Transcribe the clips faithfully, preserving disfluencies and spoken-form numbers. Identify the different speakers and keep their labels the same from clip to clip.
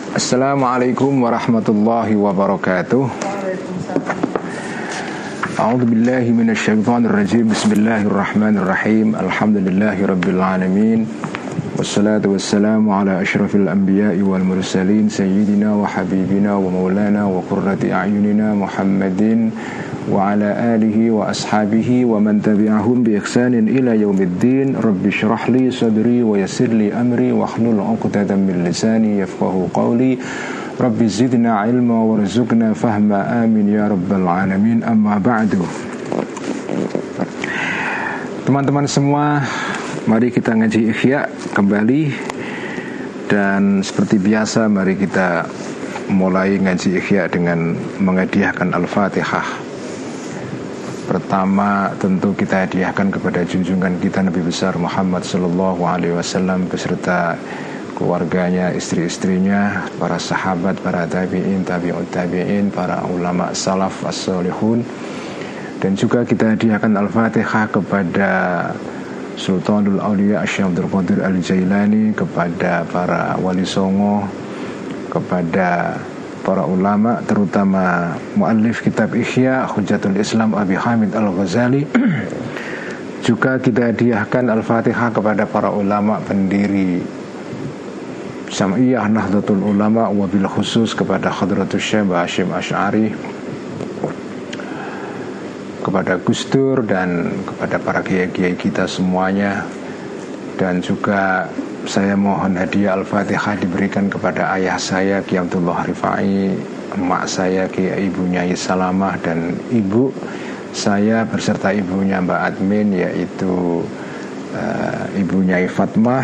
Speaker 1: Assalamualaikum warahmatullahi wabarakatuh. A'udzu billahi minasyaitonir rajim. Bismillahirrahmanirrahim. Alhamdulillahi rabbil alamin. Wassalatu wassalamu ala asyrafil anbiya'i wal mursalin sayyidina wa habibina wa maulana wa qurrati a'yunina Muhammadin wa ala alihi wa ashabihi wa man tabi'ahum bi ihsanin ila yaumiddin. Rabbi shrah li sadri wa yassir li amri wa hlul 'uqdatam min lisani yafqahu qawli. Rabbi zidna ilma warzuqna fahma, amin ya rabbal alamin. Amma ba'du. Teman-teman semua, mari kita ngaji Ihya kembali. Dan seperti biasa, mari kita mulai ngaji Ihya dengan menghadiahkan Al-Fatihah. Pertama tentu kita hadiahkan kepada junjungan kita Nabi besar Muhammad sallallahu alaihi wasallam beserta keluarganya, istri-istrinya, para sahabat, para tabi'in, tabi'ut tabi'in, para ulama salaf as-salihun. Dan juga kita hadiahkan Al-Fatihah kepada Sultanul Auliya Syekh Abdul Qadir Al-Jailani, kepada para wali songo, kepada para ulama, terutama muallif kitab Ihya Hujjatul Islam Abi Hamid Al-Ghazali. Juga kita hadiahkan Al-Fatihah kepada para ulama pendiri Jam'iyah Nahdlatul Ulama, wabil khusus kepada Hadratus Syekh Hasyim Asy'ari, kepada Gus Dur, dan kepada para kiai-kiai kita semuanya. Dan juga saya mohon hadiah Al-Fatihah diberikan kepada ayah saya Ki Abdullah Rifai, emak saya Ki Ibu Nyai Salamah, dan ibu saya berserta ibunya Mbak Admin, yaitu uh, Ibu Nyai Fatmah.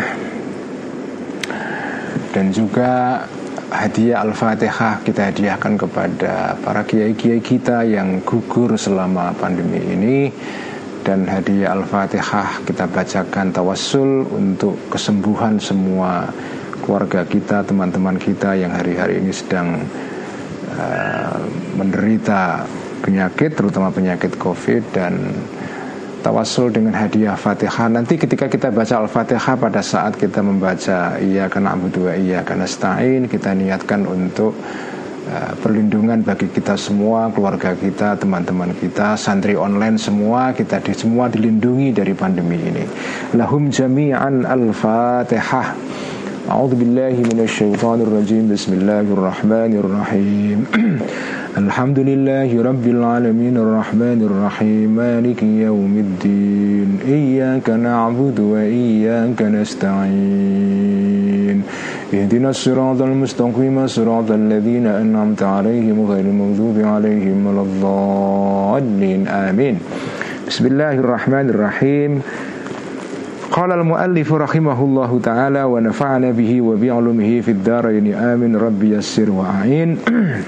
Speaker 1: Dan juga hadiah Al-Fatihah kita hadiahkan kepada para kiai-kiai kita yang gugur selama pandemi ini. Dan hadiah Al-Fatihah kita bacakan tawassul untuk kesembuhan semua keluarga kita, teman-teman kita yang hari-hari ini sedang uh, menderita penyakit, terutama penyakit COVID. Dan tawassul dengan hadiah Fatihah. Nanti ketika kita baca Al-Fatihah, pada saat kita membaca Iyyaka na'budu wa iyyaka nasta'in, kita niatkan untuk uh, perlindungan bagi kita semua, keluarga kita, teman-teman kita, santri online semua, kita di, semua dilindungi dari pandemi ini. Lahum jami'an Al-Fatihah. A'udzu billahi minasyaitonir rajim. Bismillahirrahmanirrahim. Alhamdulillahi rabbil alamin arrahmanir rahim maliki yaumiddin iyyaka na'budu wa iyyaka nasta'in ihdinas siratal mustaqim siratal ladzina an'amta 'alaihim ghairil maghdubi 'alaihim waladdallin. Amin. Bismillahirrahmanirrahim. Qala al-muallif rahimahullahu ta'ala wa nafa'ana bihi wa bi'ulumihi fid dharain. Amin. Rabbi yassir wa a'in.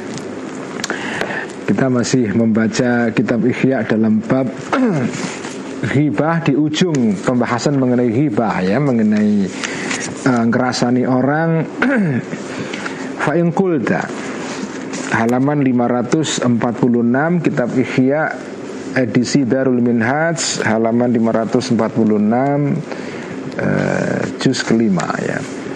Speaker 1: Kita masih membaca kitab Ihya dalam bab ghibah. Di ujung pembahasan mengenai ghibah, ya, mengenai uh, ngerasani orang. Fa in qulta, halaman lima ratus empat puluh enam, kitab Ihya edisi Darul Minhaj, halaman lima ratus empat puluh enam, uh, juz kelima, ya.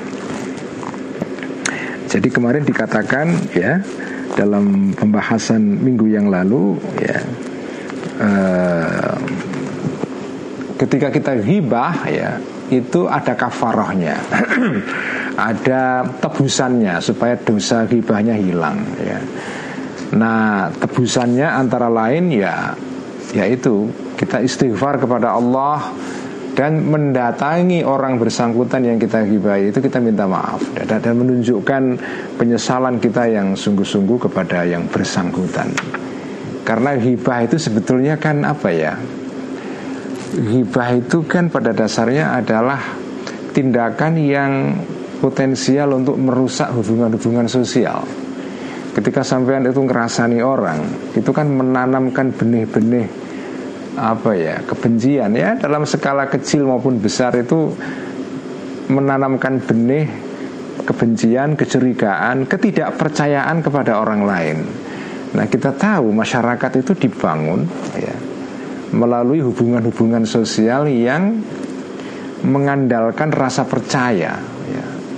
Speaker 1: Jadi kemarin dikatakan, ya, dalam pembahasan minggu yang lalu, ya, uh, ketika kita ghibah, ya, itu ada kafarahnya, ada tebusannya supaya dosa ghibahnya hilang, ya. Nah, tebusannya antara lain, ya, yaitu kita istighfar kepada Allah dan mendatangi orang bersangkutan yang kita ghibahi, itu kita minta maaf dan, dan menunjukkan penyesalan kita yang sungguh-sungguh kepada yang bersangkutan. Karena ghibah itu sebetulnya kan apa, ya, ghibah itu kan pada dasarnya adalah tindakan yang potensial untuk merusak hubungan-hubungan sosial. Ketika sampean itu ngerasani orang, itu kan menanamkan benih-benih apa, ya, kebencian, ya, dalam skala kecil maupun besar, itu menanamkan benih kebencian, kecurigaan, ketidakpercayaan kepada orang lain. Nah, kita tahu masyarakat itu dibangun, ya, melalui hubungan-hubungan sosial yang mengandalkan rasa percaya, ya.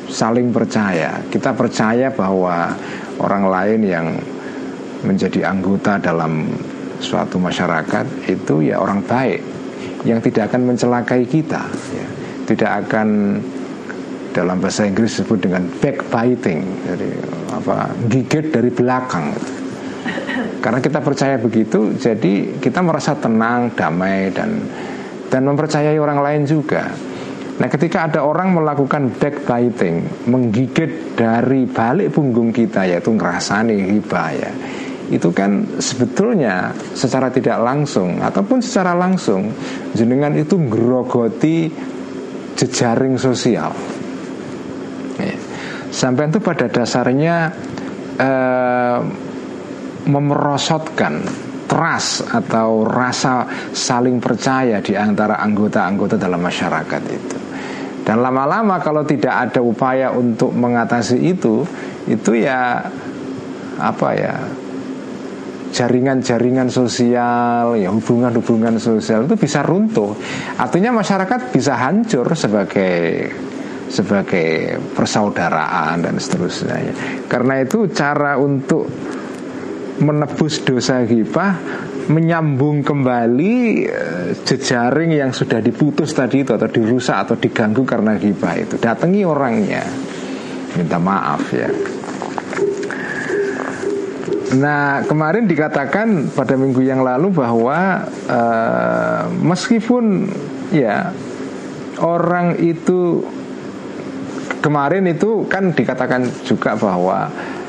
Speaker 1: saling percaya. Kita percaya bahwa orang lain yang menjadi anggota dalam suatu masyarakat itu ya orang baik, yang tidak akan mencelakai kita, ya. Tidak akan, dalam bahasa Inggris disebut dengan backbiting, jadi apa, gigit dari belakang. Karena kita percaya begitu, jadi kita merasa tenang, damai, dan dan mempercayai orang lain juga. Nah, ketika ada orang melakukan backbiting, menggigit dari balik punggung kita, yaitu ngerasani ghibah, ya, itu kan sebetulnya secara tidak langsung ataupun secara langsung jenengan itu ngerogoti jejaring sosial, ya. Sampai itu pada dasarnya eh, memerosotkan trust atau rasa saling percaya di antara anggota-anggota dalam masyarakat itu. Dan lama-lama kalau tidak ada upaya untuk mengatasi itu, itu ya apa ya, jaringan-jaringan sosial, ya hubungan-hubungan sosial itu bisa runtuh. Artinya masyarakat bisa hancur sebagai sebagai persaudaraan dan seterusnya. Karena itu cara untuk menebus dosa ghibah, menyambung kembali jejaring yang sudah diputus tadi itu, atau dirusak atau diganggu karena ghibah itu. Datangi orangnya, minta maaf, ya. Nah, kemarin dikatakan pada minggu yang lalu bahwa uh, meskipun ya orang itu, kemarin itu kan dikatakan juga bahwa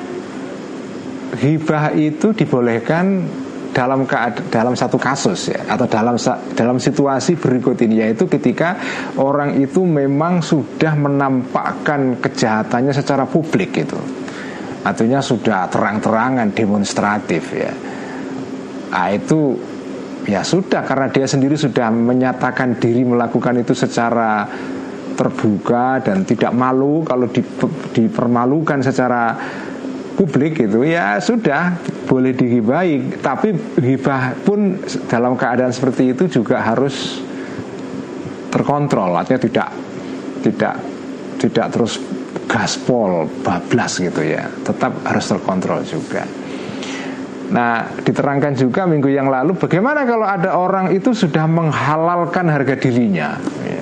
Speaker 1: ghibah itu dibolehkan dalam dalam satu kasus, ya, atau dalam dalam situasi berikut ini, yaitu ketika orang itu memang sudah menampakkan kejahatannya secara publik itu. Artinya sudah terang-terangan, demonstratif, ya. Nah, itu ya sudah, karena dia sendiri sudah menyatakan diri melakukan itu secara terbuka dan tidak malu kalau dipermalukan secara publik itu, ya sudah, boleh dighibahi. Tapi ghibah pun dalam keadaan seperti itu juga harus terkontrol, artinya tidak tidak tidak terus gaspol, bablas gitu, ya. Tetap harus terkontrol juga. Nah, diterangkan juga minggu yang lalu bagaimana kalau ada orang itu sudah menghalalkan harga dirinya, ya.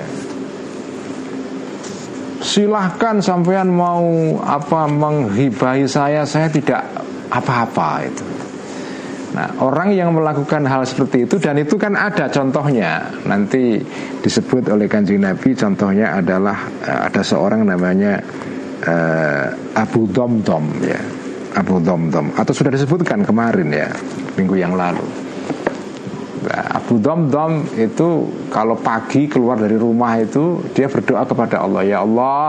Speaker 1: Silahkan sampean mau apa menghibahi saya, saya tidak apa-apa itu. Nah, orang yang melakukan hal seperti itu, dan itu kan ada contohnya, nanti disebut oleh Kanjeng Nabi. Contohnya adalah ada seorang namanya uh, Abu Dhamdham, ya, Abu Dhamdham, atau sudah disebutkan kemarin, ya, minggu yang lalu. Nah, Abu Dhamdham itu kalau pagi keluar dari rumah itu dia berdoa kepada Allah, ya Allah,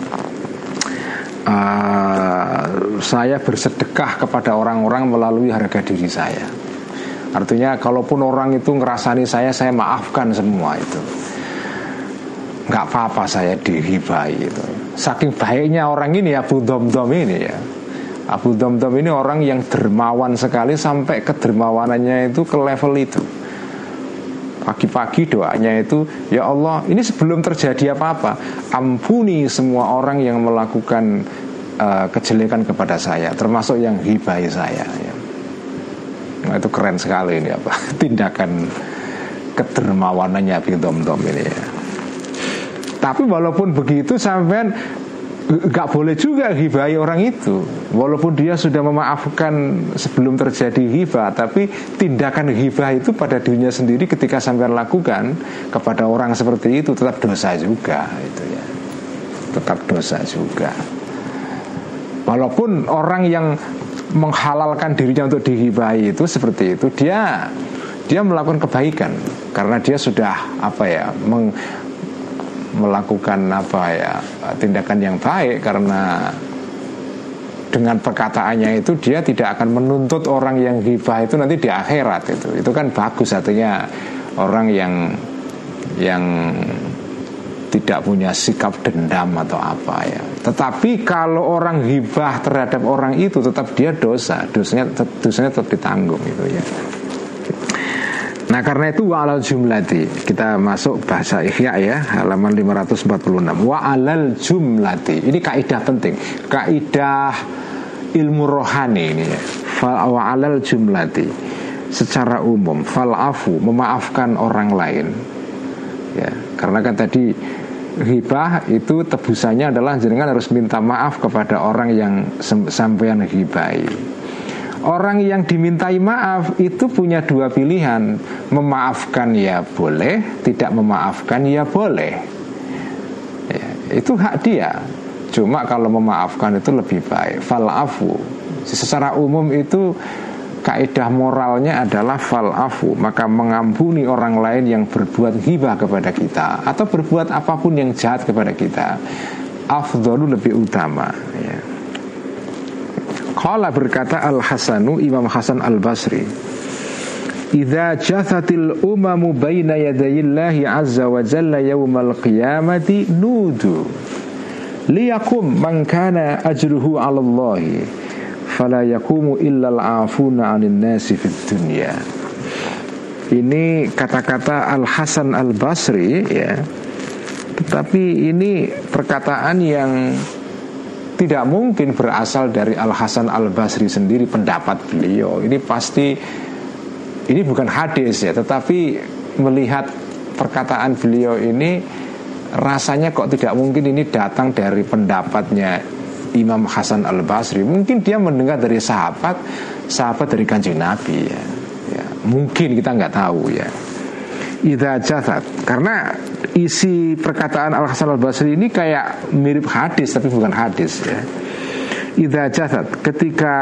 Speaker 1: uh, saya bersedekah kepada orang-orang melalui harga diri saya. Artinya kalaupun orang itu ngerasani saya, saya maafkan semua itu. Nggak apa-apa saya dihibahi itu. Saking baiknya orang ini, Abu Dhamdham ini, ya. Abu Dhamdham ini orang yang dermawan sekali, sampai kedermawanannya itu ke level itu. Pagi-pagi doanya itu, ya Allah, ini sebelum terjadi apa-apa, ampuni semua orang yang melakukan uh, kejelekan kepada saya, termasuk yang hibahi saya, ya. Nah, itu keren sekali ini apa tindakan kedermawanannya Abu Dhamdham ini, ya. Tapi walaupun begitu, sampean gak boleh juga ghibahi orang itu, walaupun dia sudah memaafkan sebelum terjadi ghibah. Tapi tindakan ghibah itu pada dirinya sendiri ketika sampean lakukan kepada orang seperti itu tetap dosa juga itu, ya. Tetap dosa juga. Walaupun orang yang menghalalkan dirinya untuk dighibahi itu seperti itu, dia dia melakukan kebaikan karena dia sudah apa ya meng, melakukan apa ya tindakan yang baik, karena dengan perkataannya itu dia tidak akan menuntut orang yang ghibah itu nanti di akhirat. Itu itu kan bagus, artinya orang yang yang tidak punya sikap dendam atau apa, ya. Tetapi kalau orang ghibah terhadap orang itu, tetap dia dosa, dosanya dosanya tetap ditanggung itu, ya. Nah karena itu wa alal jumlati, kita masuk bahasa Ihya ya, halaman lima ratus empat puluh enam. Wa alal jumlati, ini kaidah penting, kaidah ilmu rohani ini ya. Wa alal jumlati, secara umum, fal afu, memaafkan orang lain ya. Karena kan tadi ghibah itu tebusannya adalah jenengan harus minta maaf kepada orang yang sampean ghibahi. Orang yang dimintai maaf itu punya dua pilihan, memaafkan ya boleh, tidak memaafkan ya boleh ya, itu hak dia. Cuma kalau memaafkan itu lebih baik. Fal afu, secara umum itu kaidah moralnya adalah fal afu, maka mengampuni orang lain yang berbuat ghibah kepada kita atau berbuat apapun yang jahat kepada kita, afdhalu, lebih utama ya. Qala, berkata Al-Hasanu, Imam Hasan Al-Basri, idza jathatil umamu baina yadayillahi azza wa jalla yawmal qiyamati nudu liyakum man kana ajruhu 'ala Allahi fala yakumu illa al-'afuna 'anil nasi fid dunya. Ini kata-kata Al-Hasan Al-Basri ya. Tetapi ini perkataan yang tidak mungkin berasal dari Al-Hasan Al-Basri sendiri, pendapat beliau. Ini pasti, ini bukan hadis ya, tetapi melihat perkataan beliau ini rasanya kok tidak mungkin ini datang dari pendapatnya Imam Hasan Al-Basri. Mungkin dia mendengar dari sahabat, sahabat dari Kanjeng Nabi ya. Ya, mungkin, kita nggak tahu ya. Idza jathat, karena isi perkataan Al-Hasan Al-Basri ini kayak mirip hadis tapi bukan hadis ya. Idza jathat, ketika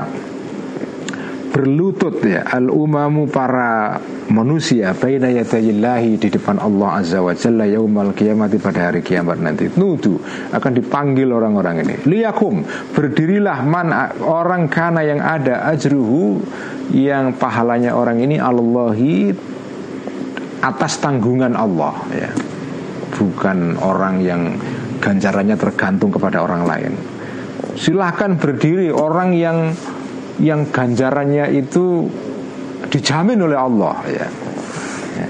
Speaker 1: berlutut ya al-umamu, para manusia, baina yadayillahi, di depan Allah azza wa jalla yaumal qiyamati, pada hari kiamat nanti, nudu, akan dipanggil orang-orang ini, liyakum, berdirilah, man, orang kana yang ada, ajruhu, yang pahalanya orang ini, Allahi, atas tanggungan Allah ya. Bukan orang yang ganjarannya tergantung kepada orang lain. Silahkan berdiri orang yang yang ganjarannya itu dijamin oleh Allah ya. Ya.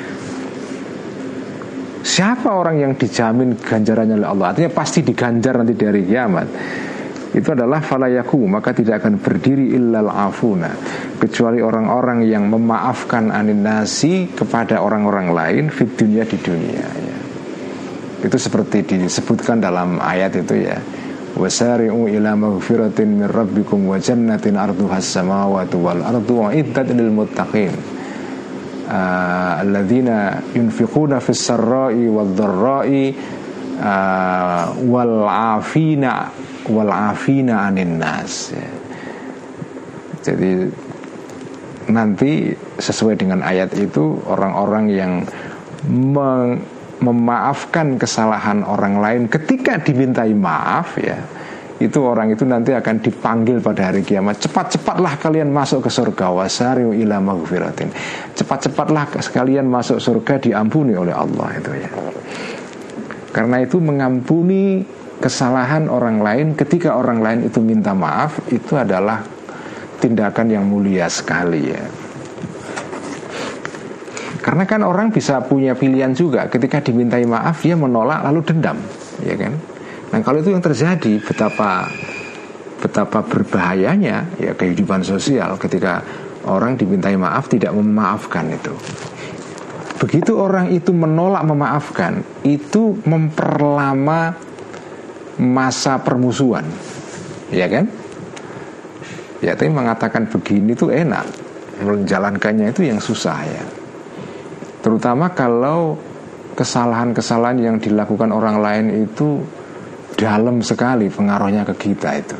Speaker 1: Siapa orang yang dijamin ganjarannya oleh Allah? Artinya pasti diganjar nanti dari kiamat. Itu adalah falayaku, maka tidak akan berdiri illal afuna, kecuali orang-orang yang memaafkan anin nasi, kepada orang-orang lain, fid dunya, di dunia ya. Itu seperti disebutkan dalam ayat itu ya, wasari'u ila maghfiratin min rabbikum wa jannatin arduhas samawati wal ardu uiddat lil muttaqin uh, alladzina yunfiquna fis sarra'i wad dharra'i uh, wal afina wal afina anin nas ya. Jadi nanti sesuai dengan ayat itu, orang-orang yang mem- memaafkan kesalahan orang lain ketika dimintai maaf ya, itu orang itu nanti akan dipanggil pada hari kiamat, cepat-cepatlah kalian masuk ke surga, wasari'u ila maghfiratin, cepat-cepatlah sekalian masuk surga, diampuni oleh Allah itu ya. Karena itu mengampuni kesalahan orang lain ketika orang lain itu minta maaf, itu adalah tindakan yang mulia sekali ya. Karena kan orang bisa punya pilihan juga, ketika dimintai maaf dia menolak lalu dendam ya kan. Nah kalau itu yang terjadi, betapa betapa berbahayanya ya kehidupan sosial ketika orang dimintai maaf tidak memaafkan itu. Begitu orang itu menolak memaafkan, itu memperlama masa permusuhan, ya kan? Ya, tapi mengatakan begini itu enak, menjalankannya itu yang susah ya. Terutama kalau kesalahan-kesalahan yang dilakukan orang lain itu dalam sekali pengaruhnya ke kita itu.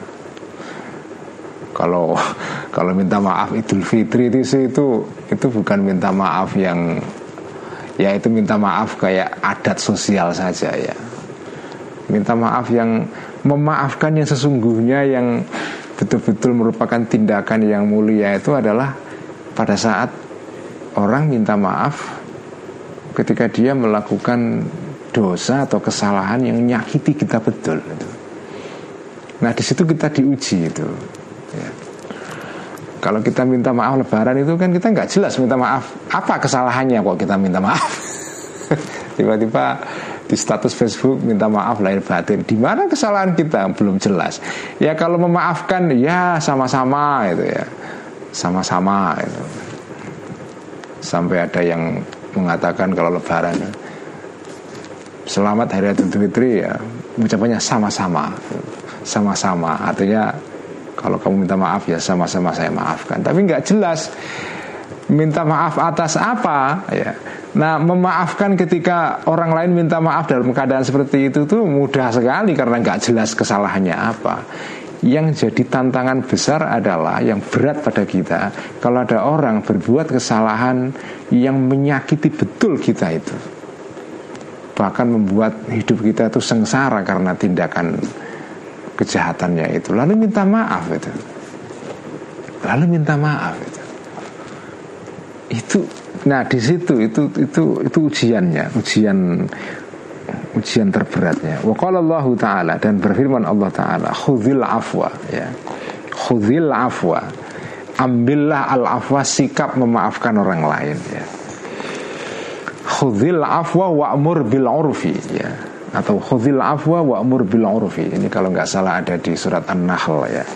Speaker 1: Kalau kalau minta maaf Idul Fitri itu itu itu bukan minta maaf yang, ya itu minta maaf kayak adat sosial saja ya. Minta maaf yang memaafkan yang sesungguhnya, yang betul-betul merupakan tindakan yang mulia, itu adalah pada saat orang minta maaf ketika dia melakukan dosa atau kesalahan yang menyakiti kita betul itu. Nah di situ kita diuji itu ya. Kalau kita minta maaf lebaran itu kan kita nggak jelas minta maaf apa kesalahannya kok kita minta maaf. Tiba-tiba di status Facebook minta maaf lahir batin. Di mana kesalahan kita belum jelas. Ya kalau memaafkan ya sama-sama itu ya, sama-sama itu. Sampai ada yang mengatakan kalau lebaran selamat hari Idul Fitri ya, ucapannya sama-sama, sama-sama. Artinya kalau kamu minta maaf ya sama-sama saya maafkan. Tapi nggak jelas minta maaf atas apa ya. Nah, memaafkan ketika orang lain minta maaf dalam keadaan seperti itu tuh mudah sekali karena nggak jelas kesalahannya apa. Yang jadi tantangan besar adalah yang berat pada kita kalau ada orang berbuat kesalahan yang menyakiti betul kita itu, bahkan membuat hidup kita itu sengsara karena tindakan kejahatannya itu. Lalu minta maaf itu, lalu minta maaf itu. Itu, nah di situ itu itu itu ujiannya, ujian ujian terberatnya. Wa qala Allah Ta'ala, dan berfirman Allah Ta'ala, khudzil afwa ya. Khudzil afwa. Ambillah al-afwa, sikap memaafkan orang lain ya. Khudzil afwa wa'mur bil 'urfi ya. Atau khudzil afwa wa'mur bil 'urfi. Ini kalau enggak salah ada di surat An-Nahl ya.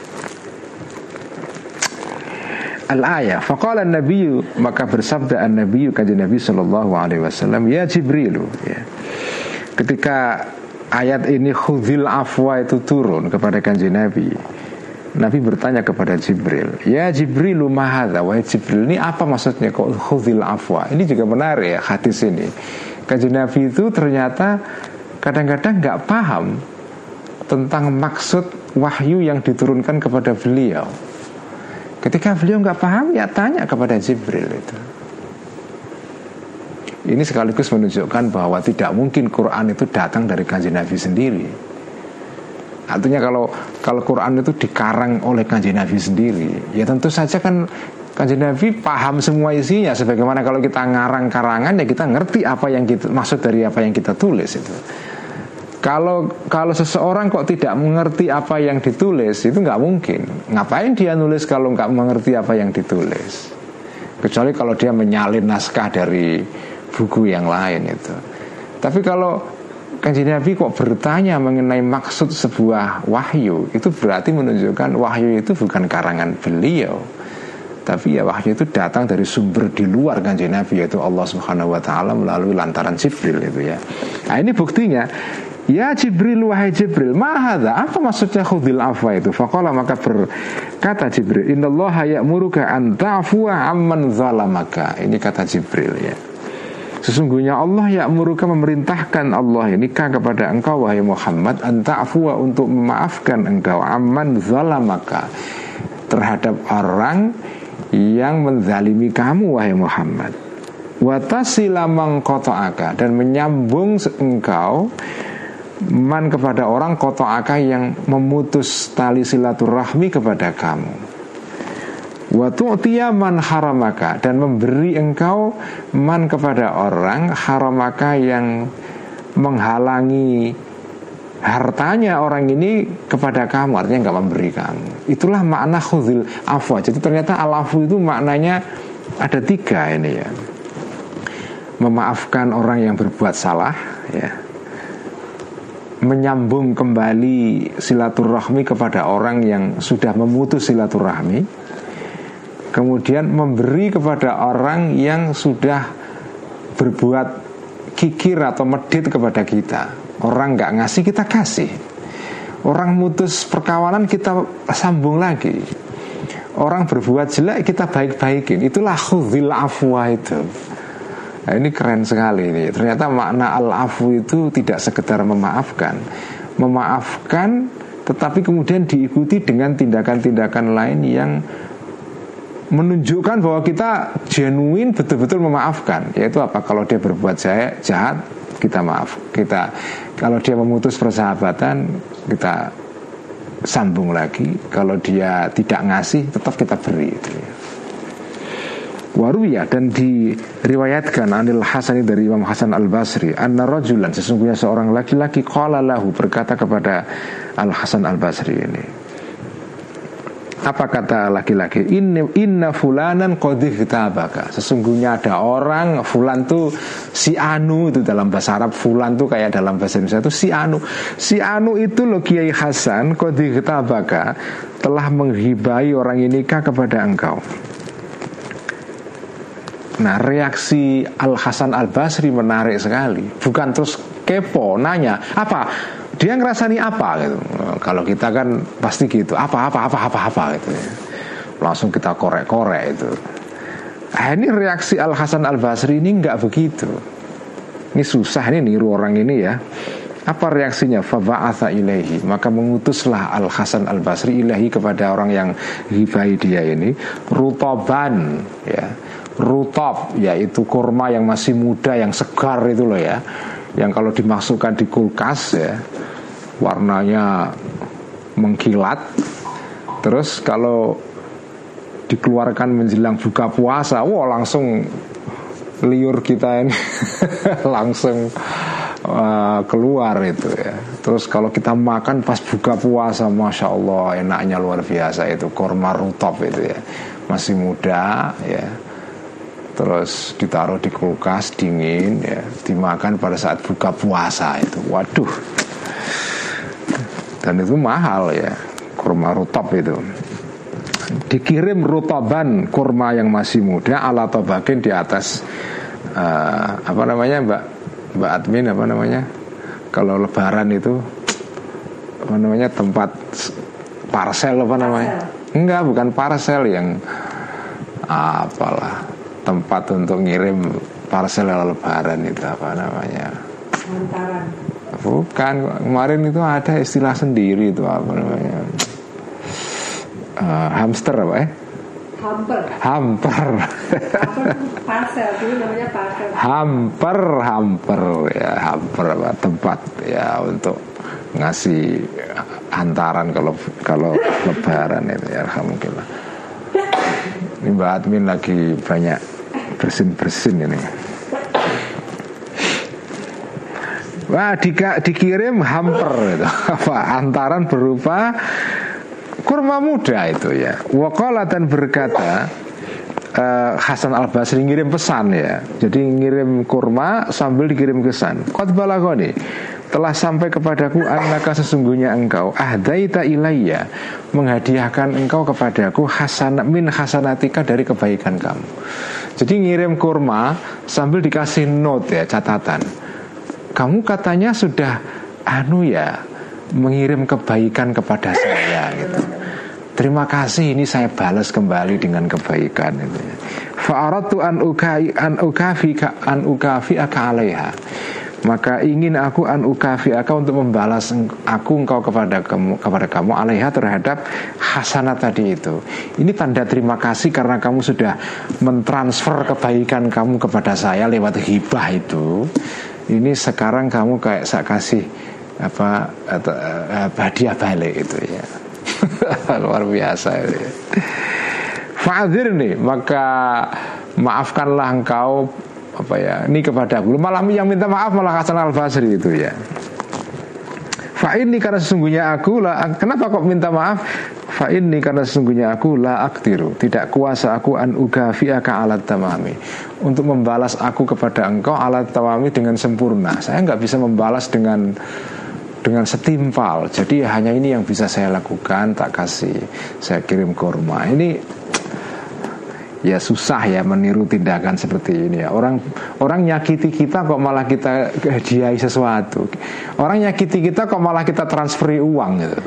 Speaker 1: Al-ayah, faqala an-nabiyyu, maka bersabda an-nabiyyu kanjeng Nabi sallallahu alaihi wasallam, ya Jibril ya. Ketika ayat ini khudzil afwa itu turun kepada kanjeng Nabi, Nabi bertanya kepada Jibril, ya Jibril ma hadza, wahai Jibril, ini apa maksudnya kok khudzil afwa? Ini juga menarik ya hadis ini. Kanjeng Nabi itu ternyata kadang-kadang enggak paham tentang maksud wahyu yang diturunkan kepada beliau. Ketika beliau nggak paham, ya tanya kepada Jibril itu. Ini sekaligus menunjukkan bahwa tidak mungkin Quran itu datang dari kanjeng Nabi sendiri. Artinya kalau kalau Quran itu dikarang oleh kanjeng Nabi sendiri, ya tentu saja kan kanjeng Nabi paham semua isinya. Sebagaimana kalau kita ngarang karangan, ya kita ngerti apa yang kita maksud dari apa yang kita tulis itu. Kalau kalau seseorang kok tidak mengerti apa yang ditulis, itu nggak mungkin. Ngapain dia nulis kalau nggak mengerti apa yang ditulis? Kecuali kalau dia menyalin naskah dari buku yang lain itu. Tapi kalau kanjeng Nabi kok bertanya mengenai maksud sebuah wahyu, itu berarti menunjukkan wahyu itu bukan karangan beliau, tapi ya wahyu itu datang dari sumber di luar kanjeng Nabi, yaitu Allah Subhanahu Wa Taala melalui lantaran Jibril itu ya. Nah ini buktinya. Ya Jibril, wahai Jibril, mahadha, apa maksudnya khudzil afwa itu? Faqala, maka berkata Jibril, innallaha ya'muruka an ta'fuwa amman zalamaka. Ini kata Jibril ya. Sesungguhnya Allah ya'muruka, memerintahkan Allah ini kepada engkau wahai Muhammad, an ta'fuwa, untuk memaafkan engkau, amman zalamaka, terhadap orang yang menzalimi kamu wahai Muhammad. Wa tasila man qata'aka, dan menyambung engkau man kepada orang qata'aka yang memutus tali silaturahmi kepada kamu. Wa tu'tiya man haramaka, dan memberi engkau man kepada orang haramaka yang menghalangi hartanya orang ini kepada kamu, artinya nggak memberi kamu. Itulah makna khudzil afwa. Jadi ternyata al-afwu itu maknanya ada tiga ini ya. Memaafkan orang yang berbuat salah ya, menyambung kembali silaturahmi kepada orang yang sudah memutus silaturahmi, kemudian memberi kepada orang yang sudah berbuat kikir atau medit kepada kita. Orang gak ngasih, kita kasih. Orang mutus perkawanan, kita sambung lagi. Orang berbuat jelek, kita baik-baikin. Itulah khudzil afwa itu. Nah, ini keren sekali ini. Ternyata makna al-afwu itu tidak sekedar memaafkan. Memaafkan tetapi kemudian diikuti dengan tindakan-tindakan lain yang menunjukkan bahwa kita genuine, betul-betul memaafkan. Yaitu apa? Kalau dia berbuat jahat, kita maaf. Kita kalau dia memutus persahabatan, kita sambung lagi. Kalau dia tidak ngasih, tetap kita beri itu ya. Waruya, dan diriwayatkan anil Hasani, dari Imam Hasan Al-Basri, anna rajulan, sesungguhnya seorang laki-laki, qala lahu, berkata kepada Al-Hasan Al-Basri ini, Apa kata laki-laki? Inna, inna fulanan qad ihtabaka. Sesungguhnya ada orang, fulan tuh si anu, itu dalam bahasa Arab. Fulan tuh kayak dalam bahasa Indonesia itu si anu. Si anu itu loh Kiai Hasan qad ihtabaka, telah menghibai orang ini kepada engkau. Nah, reaksi Al Hasan Al Basri menarik sekali. Bukan terus kepo nanya apa, dia ngerasani apa gitu. Kalau kita kan pasti gitu, apa apa apa apa apa gitu ya. Langsung kita korek-korek itu. Ah, ini reaksi Al Hasan Al Basri ini nggak begitu. Ini susah ini niru orang ini ya. Apa reaksinya? Fa ba'atha ilaihi, maka mengutuslah Al Hasan Al Basri ilaihi kepada orang yang hibai dia ini, rutaban ya. Rutab yaitu kurma yang masih muda, yang segar itu loh ya, yang kalau dimasukkan di kulkas ya warnanya mengkilat. Terus kalau dikeluarkan menjelang buka puasa, wah langsung liur kita ini langsung uh, keluar itu ya. Terus kalau kita makan pas buka puasa, masya Allah enaknya luar biasa itu kurma rutab itu ya, masih muda ya. Terus ditaruh di kulkas dingin ya, dimakan pada saat buka puasa itu. Waduh. Dan itu mahal ya, kurma rutab itu. Dikirim rutaban, kurma yang masih muda, ala tobakin di atas uh, apa namanya Mbak Mbak admin apa namanya? Kalau lebaran itu apa namanya, tempat parcel apa namanya? Enggak, bukan parcel, yang apalah, tempat untuk ngirim parcel lebaran itu apa namanya?
Speaker 2: Hantaran.
Speaker 1: Bukan, kemarin itu ada istilah sendiri itu apa namanya? Uh, hamster apa ya? Eh?
Speaker 2: Hamper.
Speaker 1: Hamper.
Speaker 2: Hamper parcel, itu namanya parcel.
Speaker 1: Hamper, hamper ya, hamper apa, tempat ya untuk ngasih hantaran kalau kalau lebaran itu ya, alhamdulillah. Ini Mbak admin lagi banyak bersin-bersin ini. Wah, di, dikirim hamper itu apa, hantaran berupa kurma muda itu ya. Waqala, dan berkata uh, Hasan Al Basri ngirim pesan ya. Jadi ngirim kurma sambil dikirim pesan. Qad balagoni, telah sampai kepadaku annaka, sesungguhnya engkau ahdaita ilayya, menghadiahkan engkau kepadaku hasan min hasanatika, dari kebaikan kamu. Jadi ngirim kurma sambil dikasih note ya, catatan. Kamu katanya sudah anu ya, mengirim kebaikan kepada saya gitu. Terima kasih, ini saya balas kembali dengan kebaikan itu. Fa'aratu an ukai an ukafika an ukafiaka alaiha. Maka ingin aku an ukafiaka, untuk membalas aku engkau kepada kamu kepada kamu alaiha, terhadap hasanat tadi itu. Ini tanda terima kasih karena kamu sudah mentransfer kebaikan kamu kepada saya lewat hibah itu. Ini sekarang kamu kayak saya kasih apa atau, uh, hadiah balik itu ya. Luar biasa itu ya. Fa'adzir nih, maka maafkanlah engkau apa ya, ini kepada aku. Malah yang minta maaf malah Hasan Al Basri itu ya. Fa'inni, karena sesungguhnya aku lah. Kenapa kok minta maaf? Fa'inni, karena sesungguhnya aku la aktiru, tidak kuasa aku an ugafiaka alat tamami, untuk membalas aku kepada engkau alat tamami, dengan sempurna. Saya nggak bisa membalas dengan dengan setimpal. Jadi hanya ini yang bisa saya lakukan, tak kasih, saya kirim kurma. Ini ya susah ya meniru tindakan seperti ini ya. Orang orang nyakiti kita kok malah kita hadiahi sesuatu. Orang nyakiti kita kok malah kita transferi uang gitu.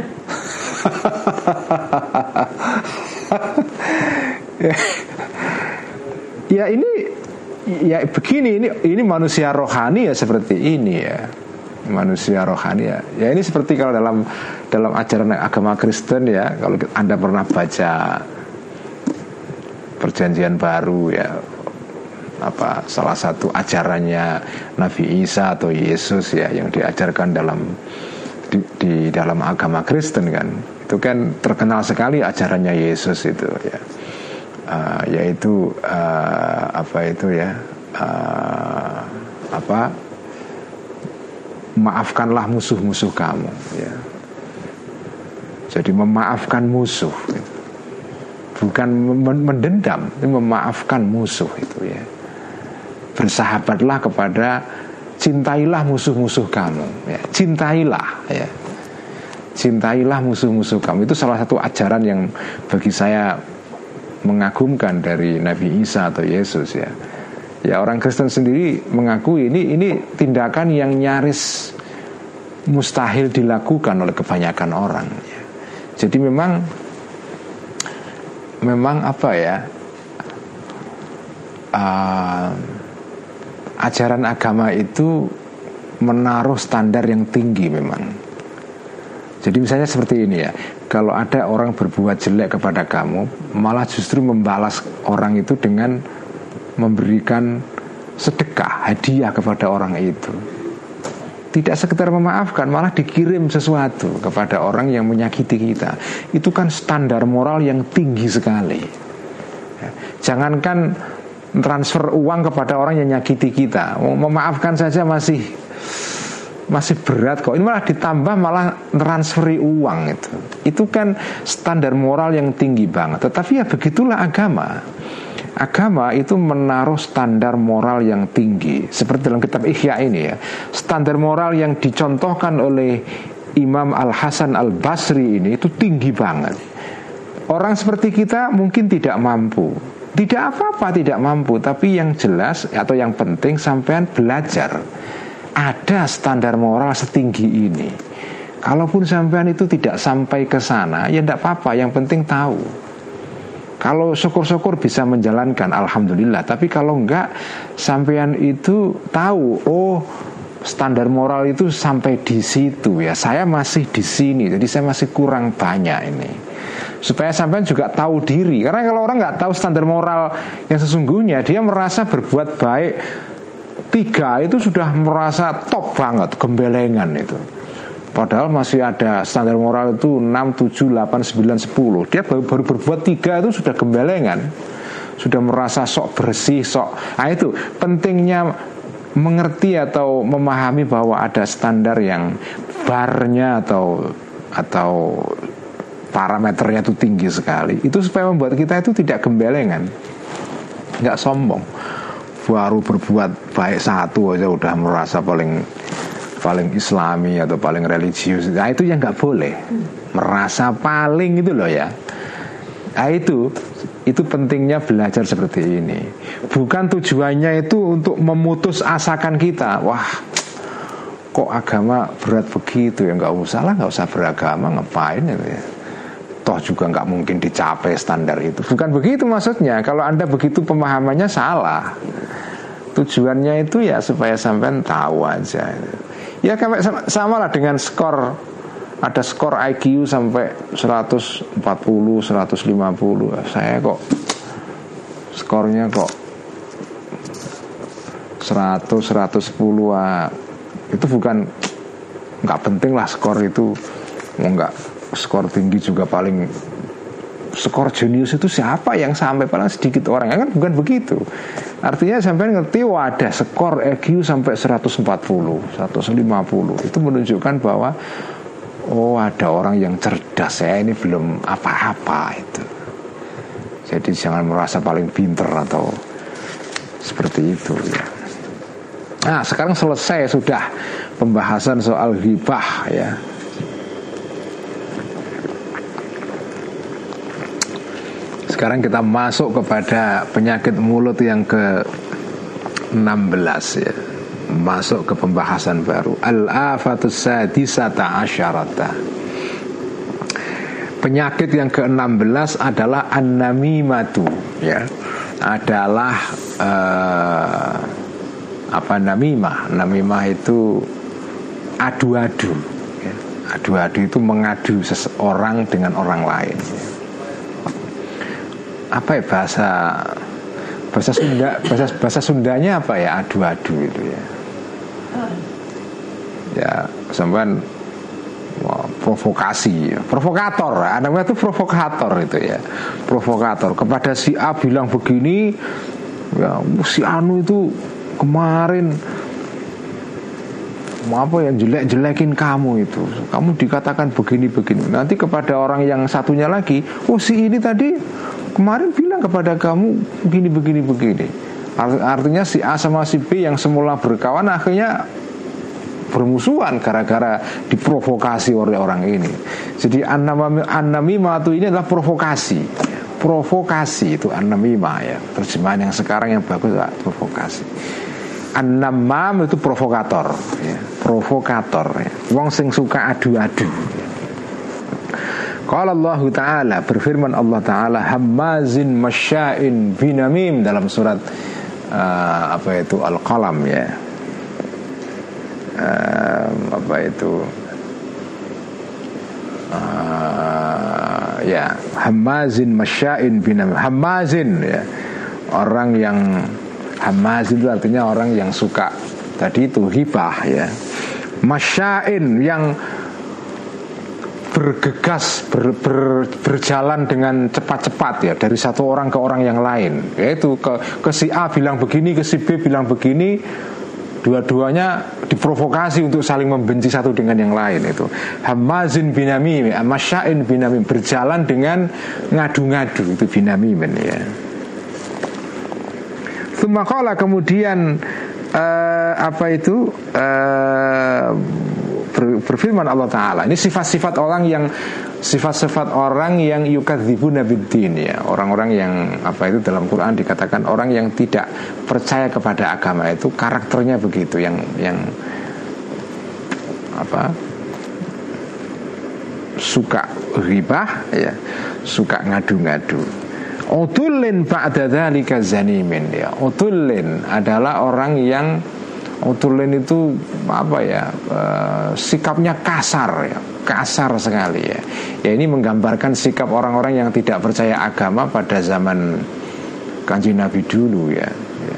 Speaker 1: Ya ini ya begini, ini ini manusia rohani ya, seperti ini ya. Manusia rohani ya. Ya ini seperti kalau dalam dalam ajaran agama Kristen ya, kalau Anda pernah baca Perjanjian Baru ya, apa salah satu ajarannya Nabi Isa atau Yesus ya, yang diajarkan dalam di, di dalam agama Kristen kan, itu kan terkenal sekali ajarannya Yesus itu ya, uh, yaitu uh, apa itu ya, uh, apa maafkanlah musuh-musuh kamu ya. Jadi memaafkan musuh gitu. bukan mendendam, memaafkan musuh itu ya. Bersahabatlah kepada, cintailah musuh-musuh kamu ya. Cintailah ya. Cintailah musuh-musuh kamu. Itu salah satu ajaran yang bagi saya mengagumkan dari Nabi Isa atau Yesus ya. Ya, orang Kristen sendiri mengakui ini ini tindakan yang nyaris mustahil dilakukan oleh kebanyakan orang ya. Jadi memang memang apa ya, uh, ajaran agama itu menaruh standar yang tinggi memang. Jadi misalnya seperti ini ya, kalau ada orang berbuat jelek kepada kamu, malah justru membalas orang itu dengan memberikan sedekah, hadiah kepada orang itu. Tidak sekedar memaafkan, malah dikirim sesuatu kepada orang yang menyakiti kita. Itu kan standar moral yang tinggi sekali. Jangankan transfer uang kepada orang yang nyakiti kita, memaafkan saja masih masih berat kok. Ini malah ditambah malah transferi uang itu. Itu kan standar moral yang tinggi banget. Tetapi ya begitulah agama. Agama itu menaruh standar moral yang tinggi. Seperti dalam kitab Ihya ini ya. Standar moral yang dicontohkan oleh Imam Al-Hasan Al-Basri ini itu tinggi banget. Orang seperti kita mungkin tidak mampu. Tidak apa-apa tidak mampu, tapi yang jelas atau yang penting sampean belajar. Ada standar moral setinggi ini. Kalaupun sampean itu tidak sampai ke sana, ya tidak apa-apa, yang penting tahu. Kalau syukur-syukur bisa menjalankan, alhamdulillah. Tapi kalau enggak, sampean itu tahu, oh standar moral itu sampai di situ ya. Saya masih di sini, jadi saya masih kurang banyak ini. Supaya sampean juga tahu diri. Karena kalau orang nggak tahu standar moral yang sesungguhnya, dia merasa berbuat baik tiga itu sudah merasa top banget, gembelengan itu. Padahal masih ada standar moral itu enam, tujuh, delapan, sembilan, sepuluh. Dia baru, baru berbuat tiga itu sudah gembelengan, sudah merasa sok bersih, sok. Nah itu pentingnya mengerti atau memahami bahwa ada standar yang barnya atau atau parameternya itu tinggi sekali. Itu supaya membuat kita itu tidak gembelengan, nggak sombong. Baru berbuat baik satu aja udah merasa paling paling islami atau paling religius. Nah itu yang nggak boleh, merasa paling itu loh ya. Nah itu itu pentingnya belajar seperti ini. Bukan tujuannya itu untuk memutus asakan kita. Wah, kok agama berat begitu ya, nggak usah lah, nggak usah beragama, ngapain itu ya. Toh juga nggak mungkin dicapai standar itu. Bukan begitu maksudnya. Kalau Anda begitu pemahamannya salah. Tujuannya itu ya supaya sampean tahu aja. Ya kayak sama lah dengan skor. Ada skor I Q sampai seratus empat puluh, seratus lima puluh. Saya kok skornya kok seratus, seratus sepuluh. Itu bukan, nggak penting lah skor itu. Nggak, skor tinggi juga paling, skor jenius itu siapa yang sampai, paling sedikit orang. Kan bukan begitu. Artinya sampai ngerti, wah ada skor I Q sampai seratus empat puluh, seratus lima puluh. Itu menunjukkan bahwa oh ada orang yang cerdas, saya ini belum apa-apa itu. Jadi jangan merasa paling pinter atau seperti itu ya. Nah sekarang selesai sudah pembahasan soal ghibah ya. Sekarang kita masuk kepada penyakit mulut yang ke enam belas ya. Masuk ke pembahasan baru. Al-afatus sadisata asyarata. Penyakit yang ke enam belas adalah an-namimatu ya. Adalah uh, apa namimah? Namimah itu adu-adu ya. Adu-adu itu mengadu seseorang dengan orang lain ya. Apa ya bahasa bahasa Sunda, bahasa bahasa Sundanya apa ya, adu-adu itu ya. Ya, sampean wah, provokasi, provokator. Namanya itu provokator itu ya. Provokator kepada si A bilang begini, ya si Anu itu kemarin apa yang jelek-jelekin kamu itu. Kamu dikatakan begini-begini. Nanti kepada orang yang satunya lagi, oh si ini tadi kemarin bilang kepada kamu begini begini begini. Artinya si A sama si B yang semula berkawan akhirnya bermusuhan gara-gara diprovokasi oleh orang ini. Jadi an-namimah itu ini adalah provokasi. Provokasi itu an-namimah ya. Terjemahan yang sekarang yang bagus adalah provokasi. An-namam itu provokator ya. Provokator ya. Wong sing suka adu-adu. Qala Allah Ta'ala, berfirman Allah Ta'ala, hammazin masya'in binamim, dalam surat uh, apa itu Al-Qalam ya. Uh, apa itu uh, ya hammazin masya'in binamim. Hammazin ya, orang yang hammazin itu artinya orang yang suka tadi itu hibah ya. Masya'in yang bergegas ber, ber, berjalan dengan cepat-cepat ya, dari satu orang ke orang yang lain, yaitu ke, ke si A bilang begini, ke si B bilang begini, dua-duanya diprovokasi untuk saling membenci satu dengan yang lain. Itu hamazin binamim, masya'in binamim, berjalan dengan ngadu-ngadu, itu binamim ya. Tsumma kemudian uh, apa itu uh, berfirman Allah Ta'ala, ini sifat-sifat orang yang sifat-sifat orang yang yukadzibuna biddin ya, orang-orang yang apa itu dalam Quran dikatakan orang yang tidak percaya kepada agama, itu karakternya begitu, yang yang apa suka ghibah ya, suka ngadu-ngadu. Utullin ba'da dzalika zanimin ya. Utullin adalah orang yang Utulin itu apa ya, e, sikapnya kasar ya, kasar sekali ya. Ya ini menggambarkan sikap orang-orang yang tidak percaya agama pada zaman Kanjeng Nabi dulu ya. Ya,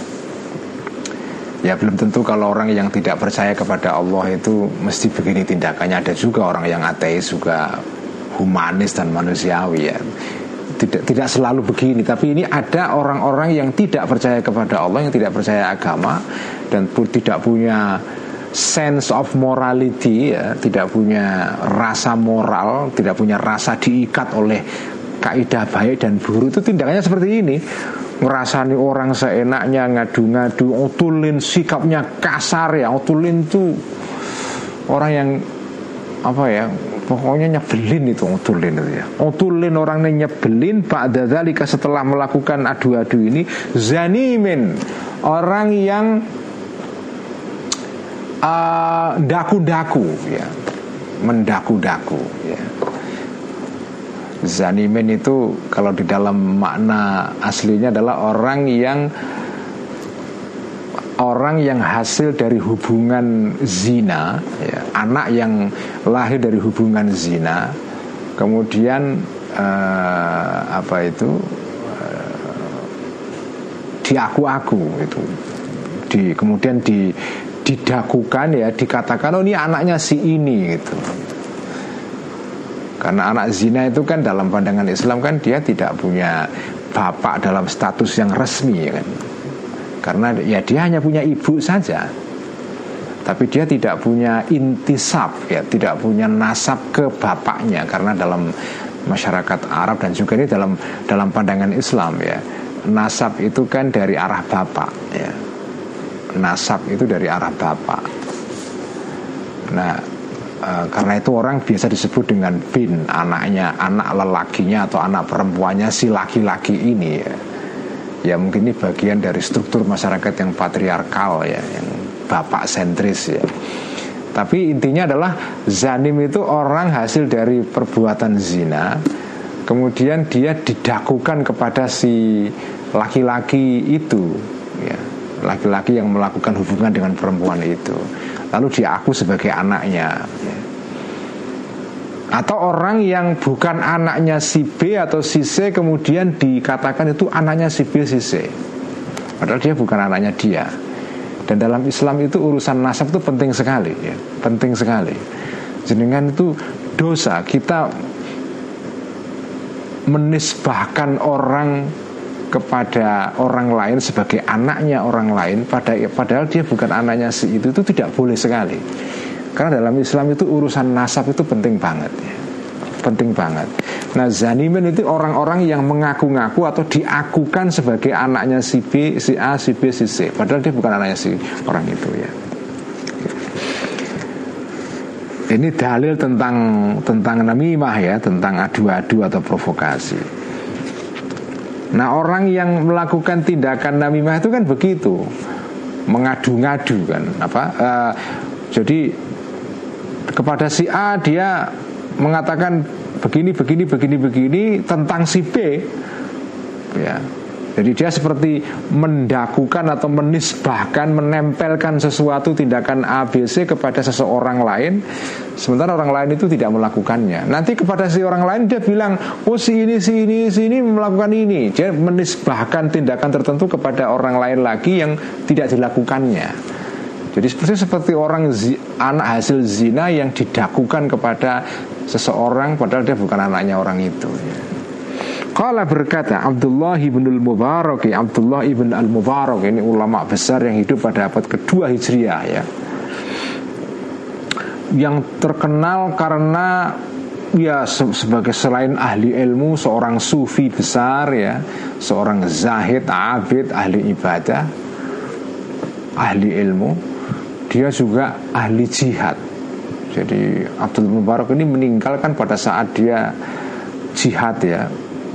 Speaker 1: ya belum tentu kalau orang yang tidak percaya kepada Allah itu mesti begini tindakannya. Ada juga orang yang ateis juga humanis dan manusiawi ya. Tidak, tidak selalu begini, tapi ini ada orang-orang yang tidak percaya kepada Allah, yang tidak percaya agama, dan pun tidak punya sense of morality ya, tidak punya rasa moral, tidak punya rasa diikat oleh kaidah baik dan buruk. Itu tindakannya seperti ini, ngerasani orang seenaknya, ngadu-ngadu. Utulin sikapnya kasar ya. Utulin itu orang yang apa ya, pokoknya nyebelin itu utulin itu ya. Utulin orangnya nyebelin, ba'da dzalika setelah melakukan adu-adu ini, zanimin orang yang uh, daku-daku ya, mendaku-daku ya. Zanimin itu kalau di dalam makna aslinya adalah orang yang orang yang hasil dari hubungan zina ya, anak yang lahir dari hubungan zina, kemudian uh, apa itu uh, diaku-aku itu, di, kemudian di, didakukan ya, dikatakan oh ini anaknya si ini gitu. Karena anak zina itu kan dalam pandangan Islam kan dia tidak punya bapak dalam status yang resmi ya kan. Karena ya dia hanya punya ibu saja, tapi dia tidak punya intisab ya, tidak punya nasab ke bapaknya. Karena dalam masyarakat Arab dan juga ini dalam dalam pandangan Islam ya, nasab itu kan dari arah bapak ya, nasab itu dari arah bapak. Nah e, karena itu orang biasa disebut dengan bin, anaknya, anak lelakinya atau anak perempuannya si laki-laki ini ya. Ya mungkin ini bagian dari struktur masyarakat yang patriarkal ya, yang bapak sentris ya. Tapi intinya adalah zanim itu orang hasil dari perbuatan zina, kemudian dia didakukan kepada si laki-laki itu ya, laki-laki yang melakukan hubungan dengan perempuan itu, lalu diaku sebagai anaknya ya. Atau orang yang bukan anaknya si B atau si C kemudian dikatakan itu anaknya si B si C, padahal dia bukan anaknya dia. Dan dalam Islam itu urusan nasab itu penting sekali ya, penting sekali. Jenengan itu dosa kita menisbahkan orang kepada orang lain sebagai anaknya orang lain, padahal dia bukan anaknya si itu, itu tidak boleh sekali. Karena dalam Islam itu urusan nasab itu penting banget ya. penting banget. Nah, zanimin itu orang-orang yang mengaku-ngaku atau diakukan sebagai anaknya si B, si A, si B, si C, padahal dia bukan anaknya si orang itu ya. Ini dalil tentang tentang namimah ya, tentang adu-adu atau provokasi. Nah, orang yang melakukan tindakan namimah itu kan begitu, mengadu-ngadu kan, apa? Uh, jadi kepada si A dia mengatakan begini, begini, begini, begini tentang si B, ya. Jadi dia seperti mendakukan atau menisbahkan, menempelkan sesuatu tindakan A, B, C kepada seseorang lain, sementara orang lain itu tidak melakukannya. Nanti kepada si orang lain dia bilang, oh si ini, si ini, si ini melakukan ini. Dia menisbahkan tindakan tertentu kepada orang lain lagi yang tidak dilakukannya. Jadi seperti seperti orang zi, anak hasil zina yang didakukan kepada seseorang padahal dia bukan anaknya orang itu ya. Qala berkata Abdullah ibn al-Mubarak, Abdullah ibn al-Mubarak ini ulama besar yang hidup pada abad kedua Hijriah ya, yang terkenal karena ya sebagai selain ahli ilmu seorang sufi besar ya, seorang zahid, abid, ahli ibadah, ahli ilmu, dia juga ahli jihad. Jadi Abdul Mubarak ini meninggal kan pada saat dia jihad ya,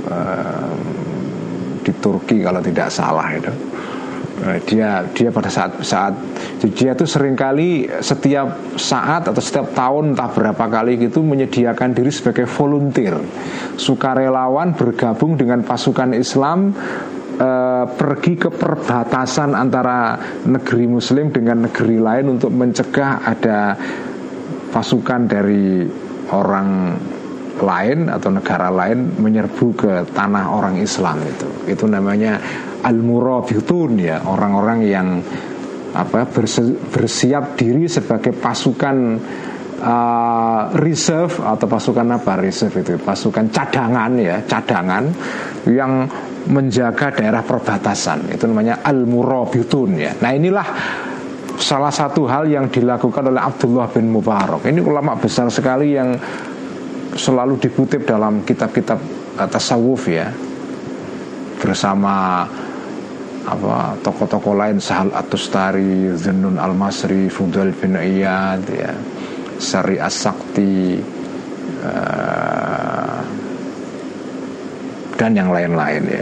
Speaker 1: di Turki kalau tidak salah itu. Dia dia pada saat saat dia itu seringkali setiap saat atau setiap tahun entah berapa kali gitu menyediakan diri sebagai volunteer, sukarelawan bergabung dengan pasukan Islam, eh, pergi ke perbatasan antara negeri Muslim dengan negeri lain untuk mencegah ada pasukan dari orang lain atau negara lain menyerbu ke tanah orang Islam itu. Itu namanya al-murabitun ya, orang-orang yang apa bersiap diri sebagai pasukan uh, reserve atau pasukan apa reserve itu pasukan cadangan ya, cadangan yang menjaga daerah perbatasan. Itu namanya al-murabitun ya. Nah, inilah salah satu hal yang dilakukan oleh Abdullah bin Mubarak. Ini ulama besar sekali yang selalu dikutip dalam kitab-kitab uh, tasawuf ya, bersama apa tokoh-tokoh lain, Sahal At-Tustari, Zunnun Al-Masri, Fudail bin Iyad ya, Sari As-Sakti uh, dan yang lain-lain ya.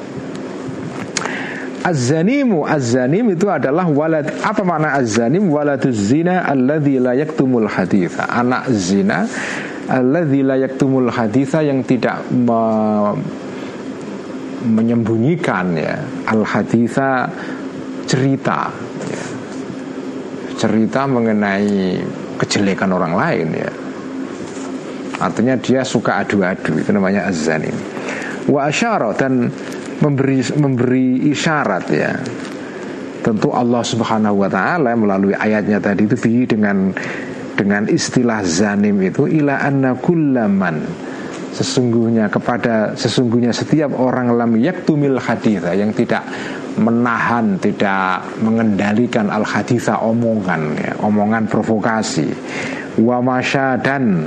Speaker 1: Az-zanimu, az-zanim itu adalah walad. Apa makna az-zanim? Waladuz zina alladzi la yaktumul haditha. Anak zina alladzi la yaktumul haditha, yang tidak me, menyembunyikan ya al-haditha, cerita ya. Cerita mengenai kejelekan orang lain ya. Artinya dia suka adu-adu, itu namanya az-zanim. Wa asyara, dan memberi memberi isyarat ya. Tentu Allah Subhanahu wa taala melalui ayatnya tadi itu bi dengan dengan istilah zanim itu ila anna kullaman, sesungguhnya kepada sesungguhnya setiap orang lam yaktumil haditha, yang tidak menahan, tidak mengendalikan al haditha, omongan ya, omongan provokasi, wa masya, dan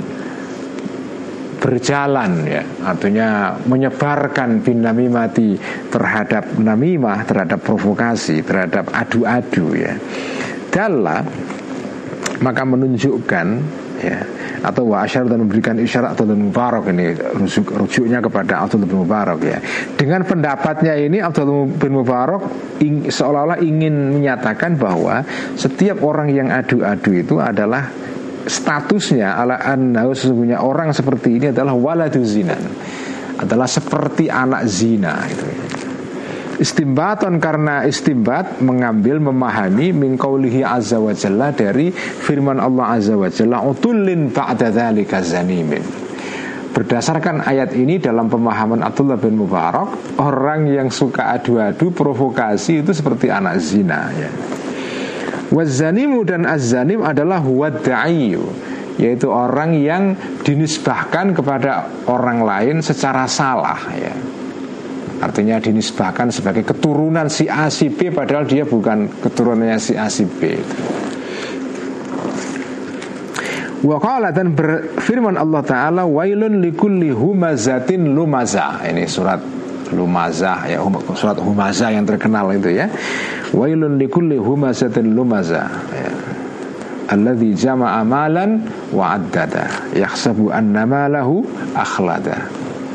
Speaker 1: berjalan ya, artinya menyebarkan bin namimati, terhadap namimah, terhadap provokasi, terhadap adu-adu ya. Dalla, maka menunjukkan ya, atau wa asyar, dan memberikan isyarat Abdul Mubarak ini rujuk, rujuknya kepada Abdul bin Mubarak ya. Dengan pendapatnya ini Abdul bin Mubarak ing, seolah-olah ingin menyatakan bahwa setiap orang yang adu-adu itu adalah statusnya ala annahu, sesungguhnya orang seperti ini adalah waladu zina, adalah seperti anak zina itu. Istimbaton, karena istimbat mengambil, memahami min qaulihi azza wa jalla, dari firman Allah azza wa jalla, utullin ba'da dzalika zanimin. Berdasarkan ayat ini dalam pemahaman Abdullah bin Mubarak, orang yang suka adu-adu, provokasi itu seperti anak zina ya. Wazanimu, dan az-zanim adalah huwadda'iyu, yaitu orang yang dinisbahkan kepada orang lain secara salah ya. Artinya dinisbahkan sebagai keturunan si A si B, padahal dia bukan keturunannya si A si B. Wa qala, dan berfirman Allah Ta'ala, wailun likulli humazatin lumaza. Ini surat Lumazah ya, surat Humazah yang terkenal itu ya. Wailun likulli humazatin lumaza ya. Alladzi jama'a malan wa addada yahsabu anna malahu akhlada.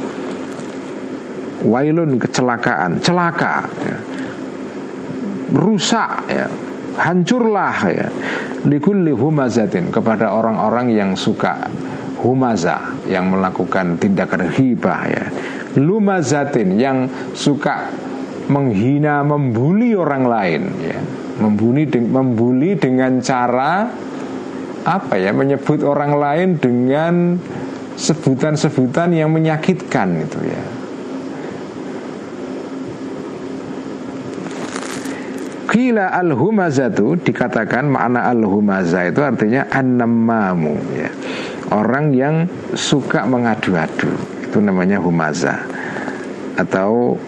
Speaker 1: Wailun, kecelakaan, celaka ya. Rusak ya, hancurlah ya, likulli humazatin, kepada orang-orang yang suka humaza, yang melakukan tindakan hibah ya, lumazatin, yang suka menghina, membuli orang lain ya, membuli, membuli dengan cara apa ya, menyebut orang lain dengan sebutan-sebutan yang menyakitkan itu ya. Qila al-humazatu, dikatakan makna al-humazah itu artinya an-nammamu ya, orang yang suka mengadu-adu, itu namanya humazah. Atau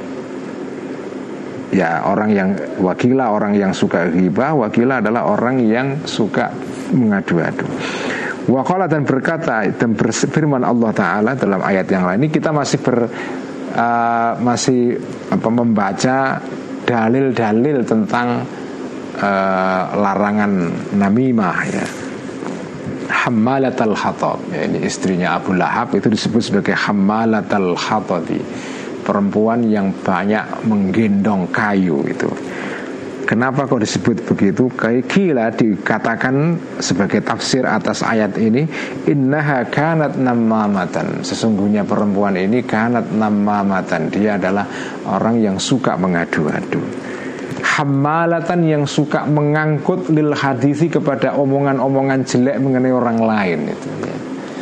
Speaker 1: ya orang yang, wakila orang yang suka ghibah, wakila adalah orang yang suka mengadu-adu. Waqala, dan berkata, dan berfirman Allah Ta'ala dalam ayat yang lain. Ini kita masih ber uh, masih apa membaca dalil-dalil tentang uh, larangan namimah ya. Hammalatal hatab ya, ini istrinya Abu Lahab itu disebut sebagai hammalatal hatabi, perempuan yang banyak menggendong kayu itu. Kenapa kok disebut begitu? Kila dikatakan sebagai tafsir atas ayat ini, innaha kanat nammamatan, sesungguhnya perempuan ini kanat nammamatan, dia adalah orang yang suka mengadu-adu. Hammalatan, yang suka mengangkut lil hadisi, kepada omongan-omongan jelek mengenai orang lain itu ya.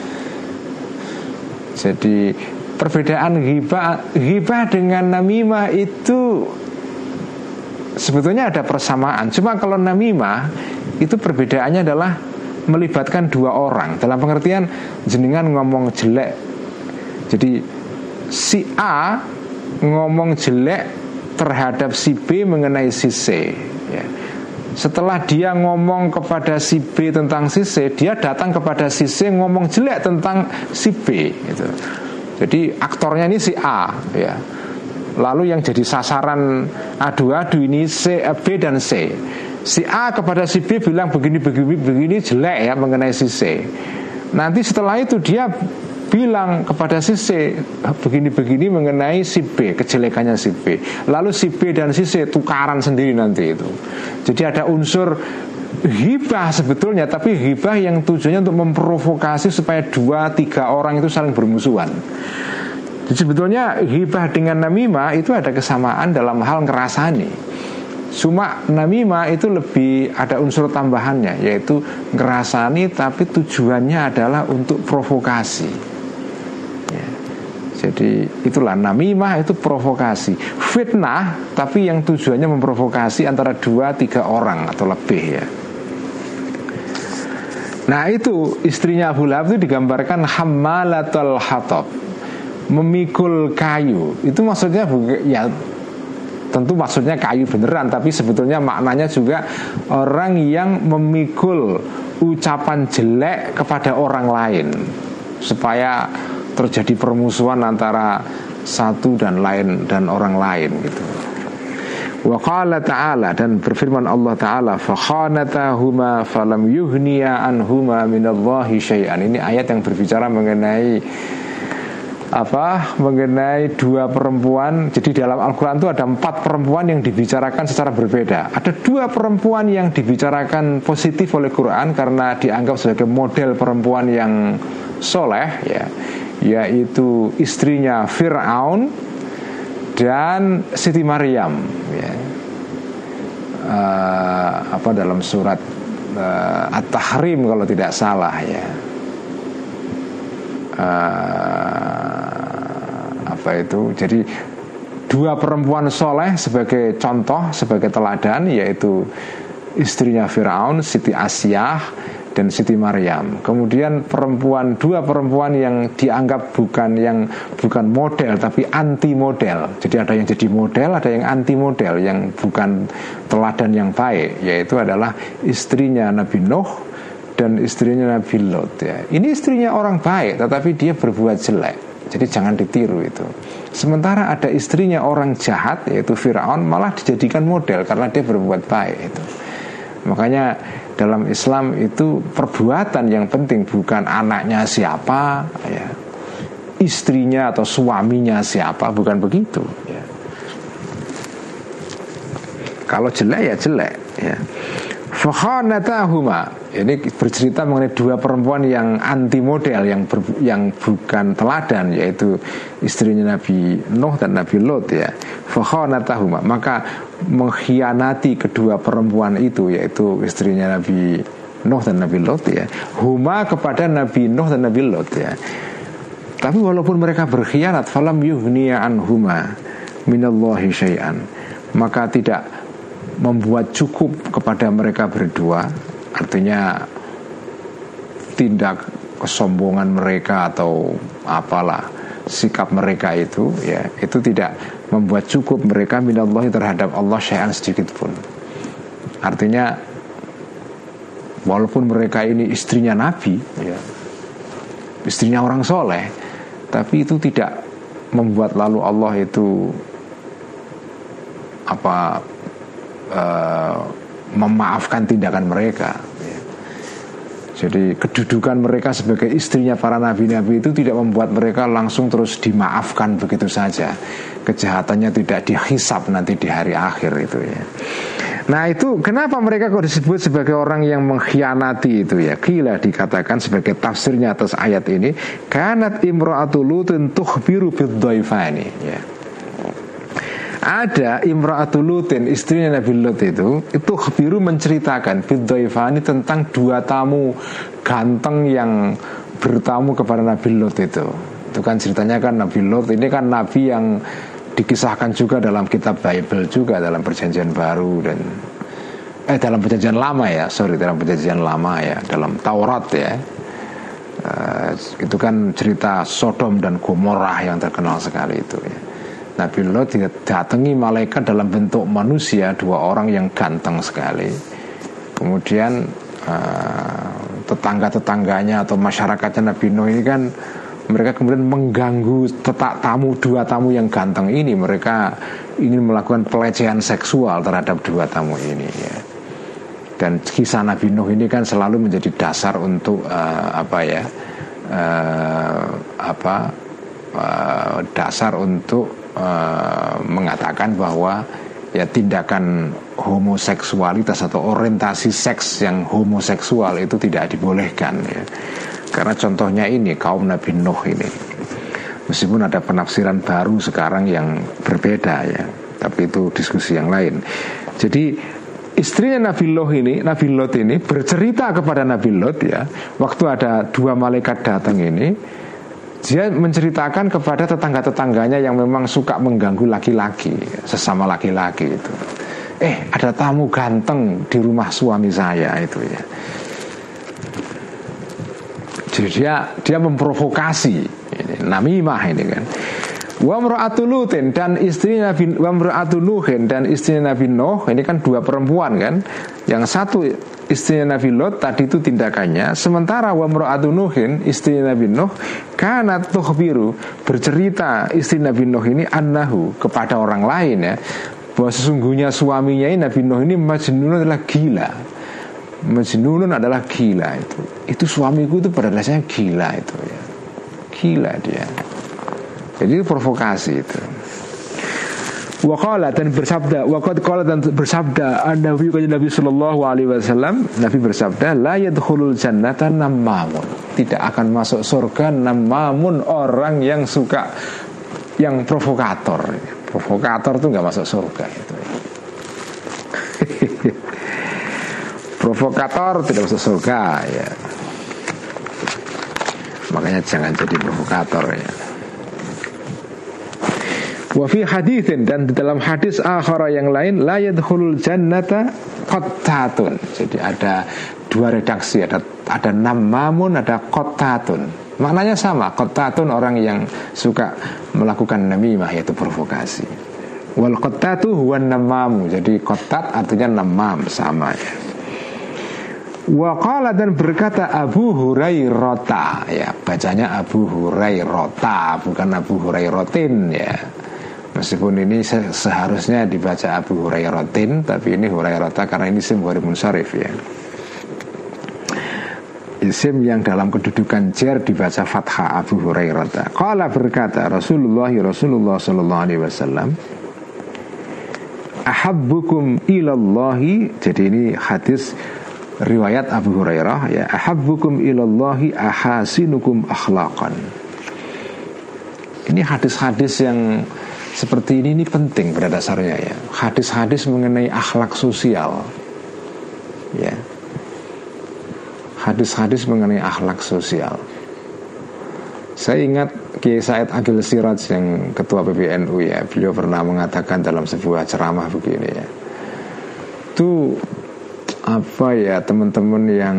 Speaker 1: Jadi perbedaan ghibah, ghibah dengan namimah itu sebetulnya ada persamaan. Cuma kalau namimah itu perbedaannya adalah melibatkan dua orang, dalam pengertian jenengan ngomong jelek. Jadi si A ngomong jelek terhadap si B mengenai si C ya. Setelah dia ngomong kepada si B tentang si C, dia datang kepada si C ngomong jelek tentang si B gitu. Jadi aktornya ini si A ya. Lalu yang jadi sasaran adu-adu ini C, B dan C. Si A kepada si B bilang begini begini begini jelek ya mengenai si C. Nanti setelah itu dia bilang kepada si C begini-begini mengenai si B, kejelekannya si B. Lalu si B dan si C tukaran sendiri nanti itu. Jadi ada unsur hibah sebetulnya, tapi hibah yang tujuannya untuk memprovokasi supaya dua tiga orang itu saling bermusuhan. Jadi sebetulnya hibah dengan namimah itu ada kesamaan dalam hal ngerasani. Cuma namimah itu lebih ada unsur tambahannya, yaitu ngerasani tapi tujuannya adalah untuk provokasi ya. Jadi itulah namimah, itu provokasi. Fitnah tapi yang tujuannya memprovokasi antara dua tiga orang atau lebih ya. Nah itu istrinya Abu Lahab itu digambarkan hammalatul hatab, memikul kayu. Itu maksudnya ya tentu maksudnya kayu beneran, tapi sebetulnya maknanya juga orang yang memikul ucapan jelek kepada orang lain supaya terjadi permusuhan antara satu dan lain dan orang lain gitu. Wa qala ta'ala, dan berfirman Allah Ta'ala, fa khanatahuma falam yughniya anhuma minallahi syai'an. Ini ayat yang berbicara mengenai apa mengenai dua perempuan. Jadi dalam Al-Quran itu ada empat perempuan yang dibicarakan secara berbeda. Ada dua perempuan yang dibicarakan positif oleh Quran karena dianggap sebagai model perempuan yang soleh ya, yaitu istrinya Fir'aun dan Siti Maryam ya. uh, apa dalam surat uh, At-Tahrim kalau tidak salah ya. Uh, apa itu? Jadi dua perempuan soleh sebagai contoh, sebagai teladan, yaitu istrinya Fir'aun, Siti Asyah dan Siti Maryam. Kemudian perempuan, dua perempuan yang dianggap bukan yang bukan model tapi anti model. Jadi ada yang jadi model, ada yang anti model, yang bukan teladan yang baik, yaitu adalah istrinya Nabi Nuh dan istrinya Nabi Lot ya. Ini istrinya orang baik tetapi dia berbuat jelek. Jadi jangan ditiru itu. Sementara ada istrinya orang jahat yaitu Fir'aun malah dijadikan model karena dia berbuat baik itu. Makanya dalam Islam itu perbuatan yang penting bukan anaknya siapa ya, istrinya atau suaminya siapa, bukan begitu ya. Kalau jelek ya jelek ya. Fakhanatahuma, ini bercerita mengenai dua perempuan yang anti model, yang ber, yang bukan teladan, yaitu istrinya Nabi Nuh dan Nabi Lot ya. Fakhanatahuma, maka mengkhianati kedua perempuan itu, yaitu istrinya Nabi Nuh dan Nabi Lot ya. Huma kepada Nabi Nuh dan Nabi Lot ya. Tapi walaupun mereka berkhianat, falam yughniya anhuma minallahi syai'an, maka tidak membuat cukup kepada mereka berdua. Artinya tindak kesombongan mereka atau apalah sikap mereka itu ya, itu tidak membuat cukup mereka minallahi terhadap Allah syai'an sedikit pun. Artinya walaupun mereka ini istrinya Nabi ya, istrinya orang soleh, tapi itu tidak membuat lalu Allah itu apa Uh, memaafkan tindakan mereka ya. Jadi kedudukan mereka sebagai istrinya para nabi-nabi itu tidak membuat mereka langsung terus dimaafkan begitu saja. Kejahatannya tidak dihisab nanti di hari akhir itu ya. Nah itu kenapa mereka kok disebut sebagai orang yang mengkhianati itu ya. Qila dikatakan sebagai tafsirnya atas ayat ini, kanat imra'atu Lutin tukhbiru bid-dhaifani ya. Ada Imra'atul Lutin, istrinya Nabi Lot itu, itu khbiru menceritakan bidhaifani tentang dua tamu ganteng yang bertamu kepada Nabi Lot itu. Itu kan ceritanya kan Nabi Lot ini kan Nabi yang dikisahkan juga dalam kitab Bible juga, dalam Perjanjian Baru dan eh dalam Perjanjian Lama ya, sorry dalam Perjanjian Lama ya, dalam Taurat ya. Uh, itu kan cerita Sodom dan Gomorrah yang terkenal sekali itu ya. Nabi Lot datangi malaikat dalam bentuk manusia, dua orang yang ganteng sekali. Kemudian uh, tetangga-tetangganya atau masyarakatnya Nabi Nuh ini kan, mereka kemudian mengganggu tetak tamu dua tamu yang ganteng ini. Mereka ingin melakukan pelecehan seksual terhadap dua tamu ini ya. Dan kisah Nabi Nuh ini kan selalu menjadi dasar untuk uh, apa ya uh, apa uh, dasar untuk Uh, mengatakan bahwa ya tindakan homoseksualitas atau orientasi seks yang homoseksual itu tidak dibolehkan ya. Karena contohnya ini kaum Nabi Nuh ini, meskipun ada penafsiran baru sekarang yang berbeda ya, tapi itu diskusi yang lain. Jadi istrinya Nabi Lot ini, Nabi Lot ini bercerita kepada Nabi Lot ya, waktu ada dua malaikat datang ini, dia menceritakan kepada tetangga-tetangganya yang memang suka mengganggu laki-laki, sesama laki-laki itu. Eh, ada tamu ganteng di rumah suami saya itu ya. Jadi dia dia memprovokasi ini, namimah ini kan. Wa imra'atul Lutin dan istri Nabi wa imra'atul Nuhin dan istri Nabi Nuh, ini kan dua perempuan kan. Yang satu istrinya Nabi Lot tadi itu tindakannya, sementara wa imra'atul Nuhin istrinya Nabi Nuh kanat tukhbiru bercerita istri Nabi Nuh ini annahu kepada orang lain ya, bahwa sesungguhnya suaminya ini Nabi Nuh ini majnun adalah gila. Majnun adalah gila itu. Itu suamiku itu pada dasarnya gila itu ya. Gila dia. Jadi itu provokasi itu. Waqala dan bersabda, waqad qala dan bersabda an-nabi Nabi sallallahu alaihi wasallam, Nabi bersabda la yadkhulul jannata nammamun, tidak akan masuk surga nammamun, orang yang suka yang provokator. Provokator itu enggak masuk surga itu. Provokator tidak masuk surga ya. Makanya jangan jadi provokator ya. Wa fi haditsin dan di dalam hadis akhara yang lain la yadkhulul jannata qattatun. Jadi ada dua redaksi, ada ada nammamun, ada qattatun. Maknanya sama, qattatun orang yang suka melakukan namimah yaitu provokasi. Wal qattatu huwa nammamu. Jadi qattat artinya nammam sama ya. Wa qala, dan berkata Abu Hurairah, ya bacanya Abu Hurairah bukan Abu Hurairatin ya. Meskipun ini se- seharusnya dibaca Abu Hurairatin, tapi ini Hurairah karena ini isim ghairi munsharif ya. Isim yang dalam kedudukan jar dibaca fathah Abu Hurairah. Qala, berkata Rasulullah Rasulullah sallallahu alaihi wasallam, ahabbukum ilallahi, jadi ini hadis riwayat Abu Hurairah ya, ahabbukum ilallahi ahasinukum akhlaqan. Ini hadis-hadis yang seperti ini ini penting pada dasarnya ya. Hadis-hadis mengenai akhlak sosial ya. Hadis-hadis mengenai akhlak sosial. Saya ingat Kiai Said Agil Siraj yang ketua P B N U ya, beliau pernah mengatakan dalam sebuah ceramah begini ya. Itu apa ya, teman-teman yang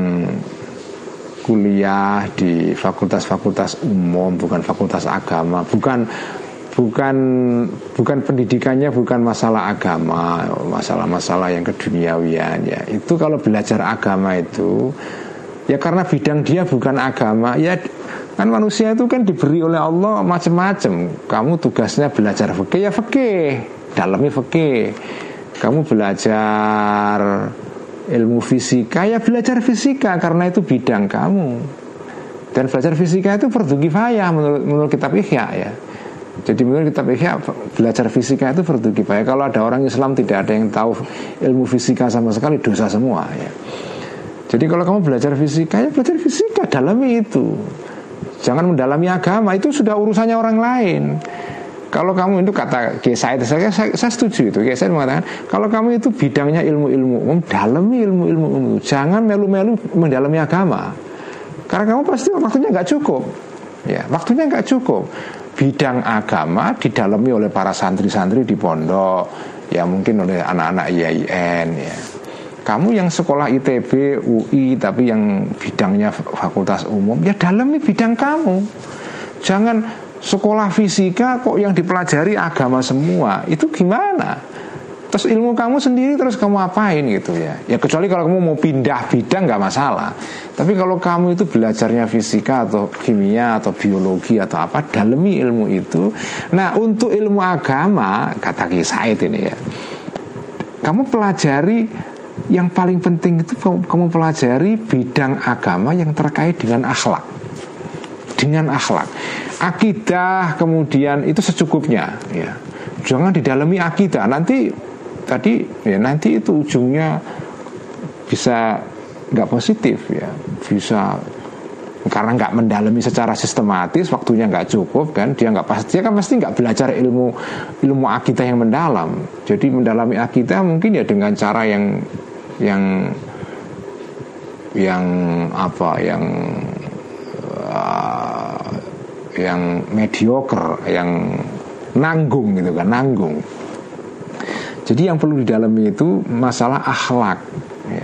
Speaker 1: kuliah di fakultas-fakultas umum, bukan fakultas agama, bukan bukan bukan pendidikannya bukan masalah agama, masalah-masalah yang keduniawian ya. Itu kalau belajar agama itu ya karena bidang dia bukan agama ya. Kan manusia itu kan diberi oleh Allah macam-macam. Kamu tugasnya belajar fikih ya fikih, dalamnya fikih. Kamu belajar ilmu fisika ya belajar fisika karena itu bidang kamu. Dan belajar fisika itu fardhu kifayah menurut, menurut kitab Ihya ya. Jadi menurut kitab Ihya belajar fisika itu fardhu kifayah. Kalau ada orang Islam tidak ada yang tahu ilmu fisika sama sekali, dosa semua ya. Jadi kalau kamu belajar fisika ya belajar fisika, dalami itu. Jangan mendalami agama, itu sudah urusannya orang lain. Kalau kamu itu kata Kiai Said, saya, saya, saya setuju itu. Kiai Said mengatakan kalau kamu itu bidangnya ilmu-ilmu umum, dalami ilmu-ilmu umum. Jangan melu-melu mendalami agama. Karena kamu pasti waktunya nggak cukup. Ya, waktunya nggak cukup. Bidang agama didalami oleh para santri-santri di pondok, ya mungkin oleh anak-anak I A I N ya. Kamu yang sekolah I T B, U I, tapi yang bidangnya fakultas umum, ya dalami bidang kamu. Jangan sekolah fisika kok yang dipelajari agama semua. Itu gimana? Terus ilmu kamu sendiri terus kamu apain gitu ya. Ya kecuali kalau kamu mau pindah bidang gak masalah. Tapi kalau kamu itu belajarnya fisika atau kimia atau biologi atau apa, dalami ilmu itu. Nah untuk ilmu agama, kata Kiai Said ini ya, kamu pelajari yang paling penting itu kamu, kamu pelajari bidang agama yang terkait dengan akhlak. Dengan akhlak, akidah kemudian itu secukupnya ya. Jangan didalami akidah. Nanti tadi ya nanti itu ujungnya bisa nggak positif ya. Bisa karena nggak mendalami secara sistematis, waktunya nggak cukup kan. Dia nggak pasti dia kan pasti nggak belajar ilmu ilmu akidah yang mendalam. Jadi mendalami akidah mungkin ya dengan cara yang yang yang apa yang uh, yang mediocre, yang nanggung gitu kan, nanggung. Jadi yang perlu didalami itu masalah akhlak ya.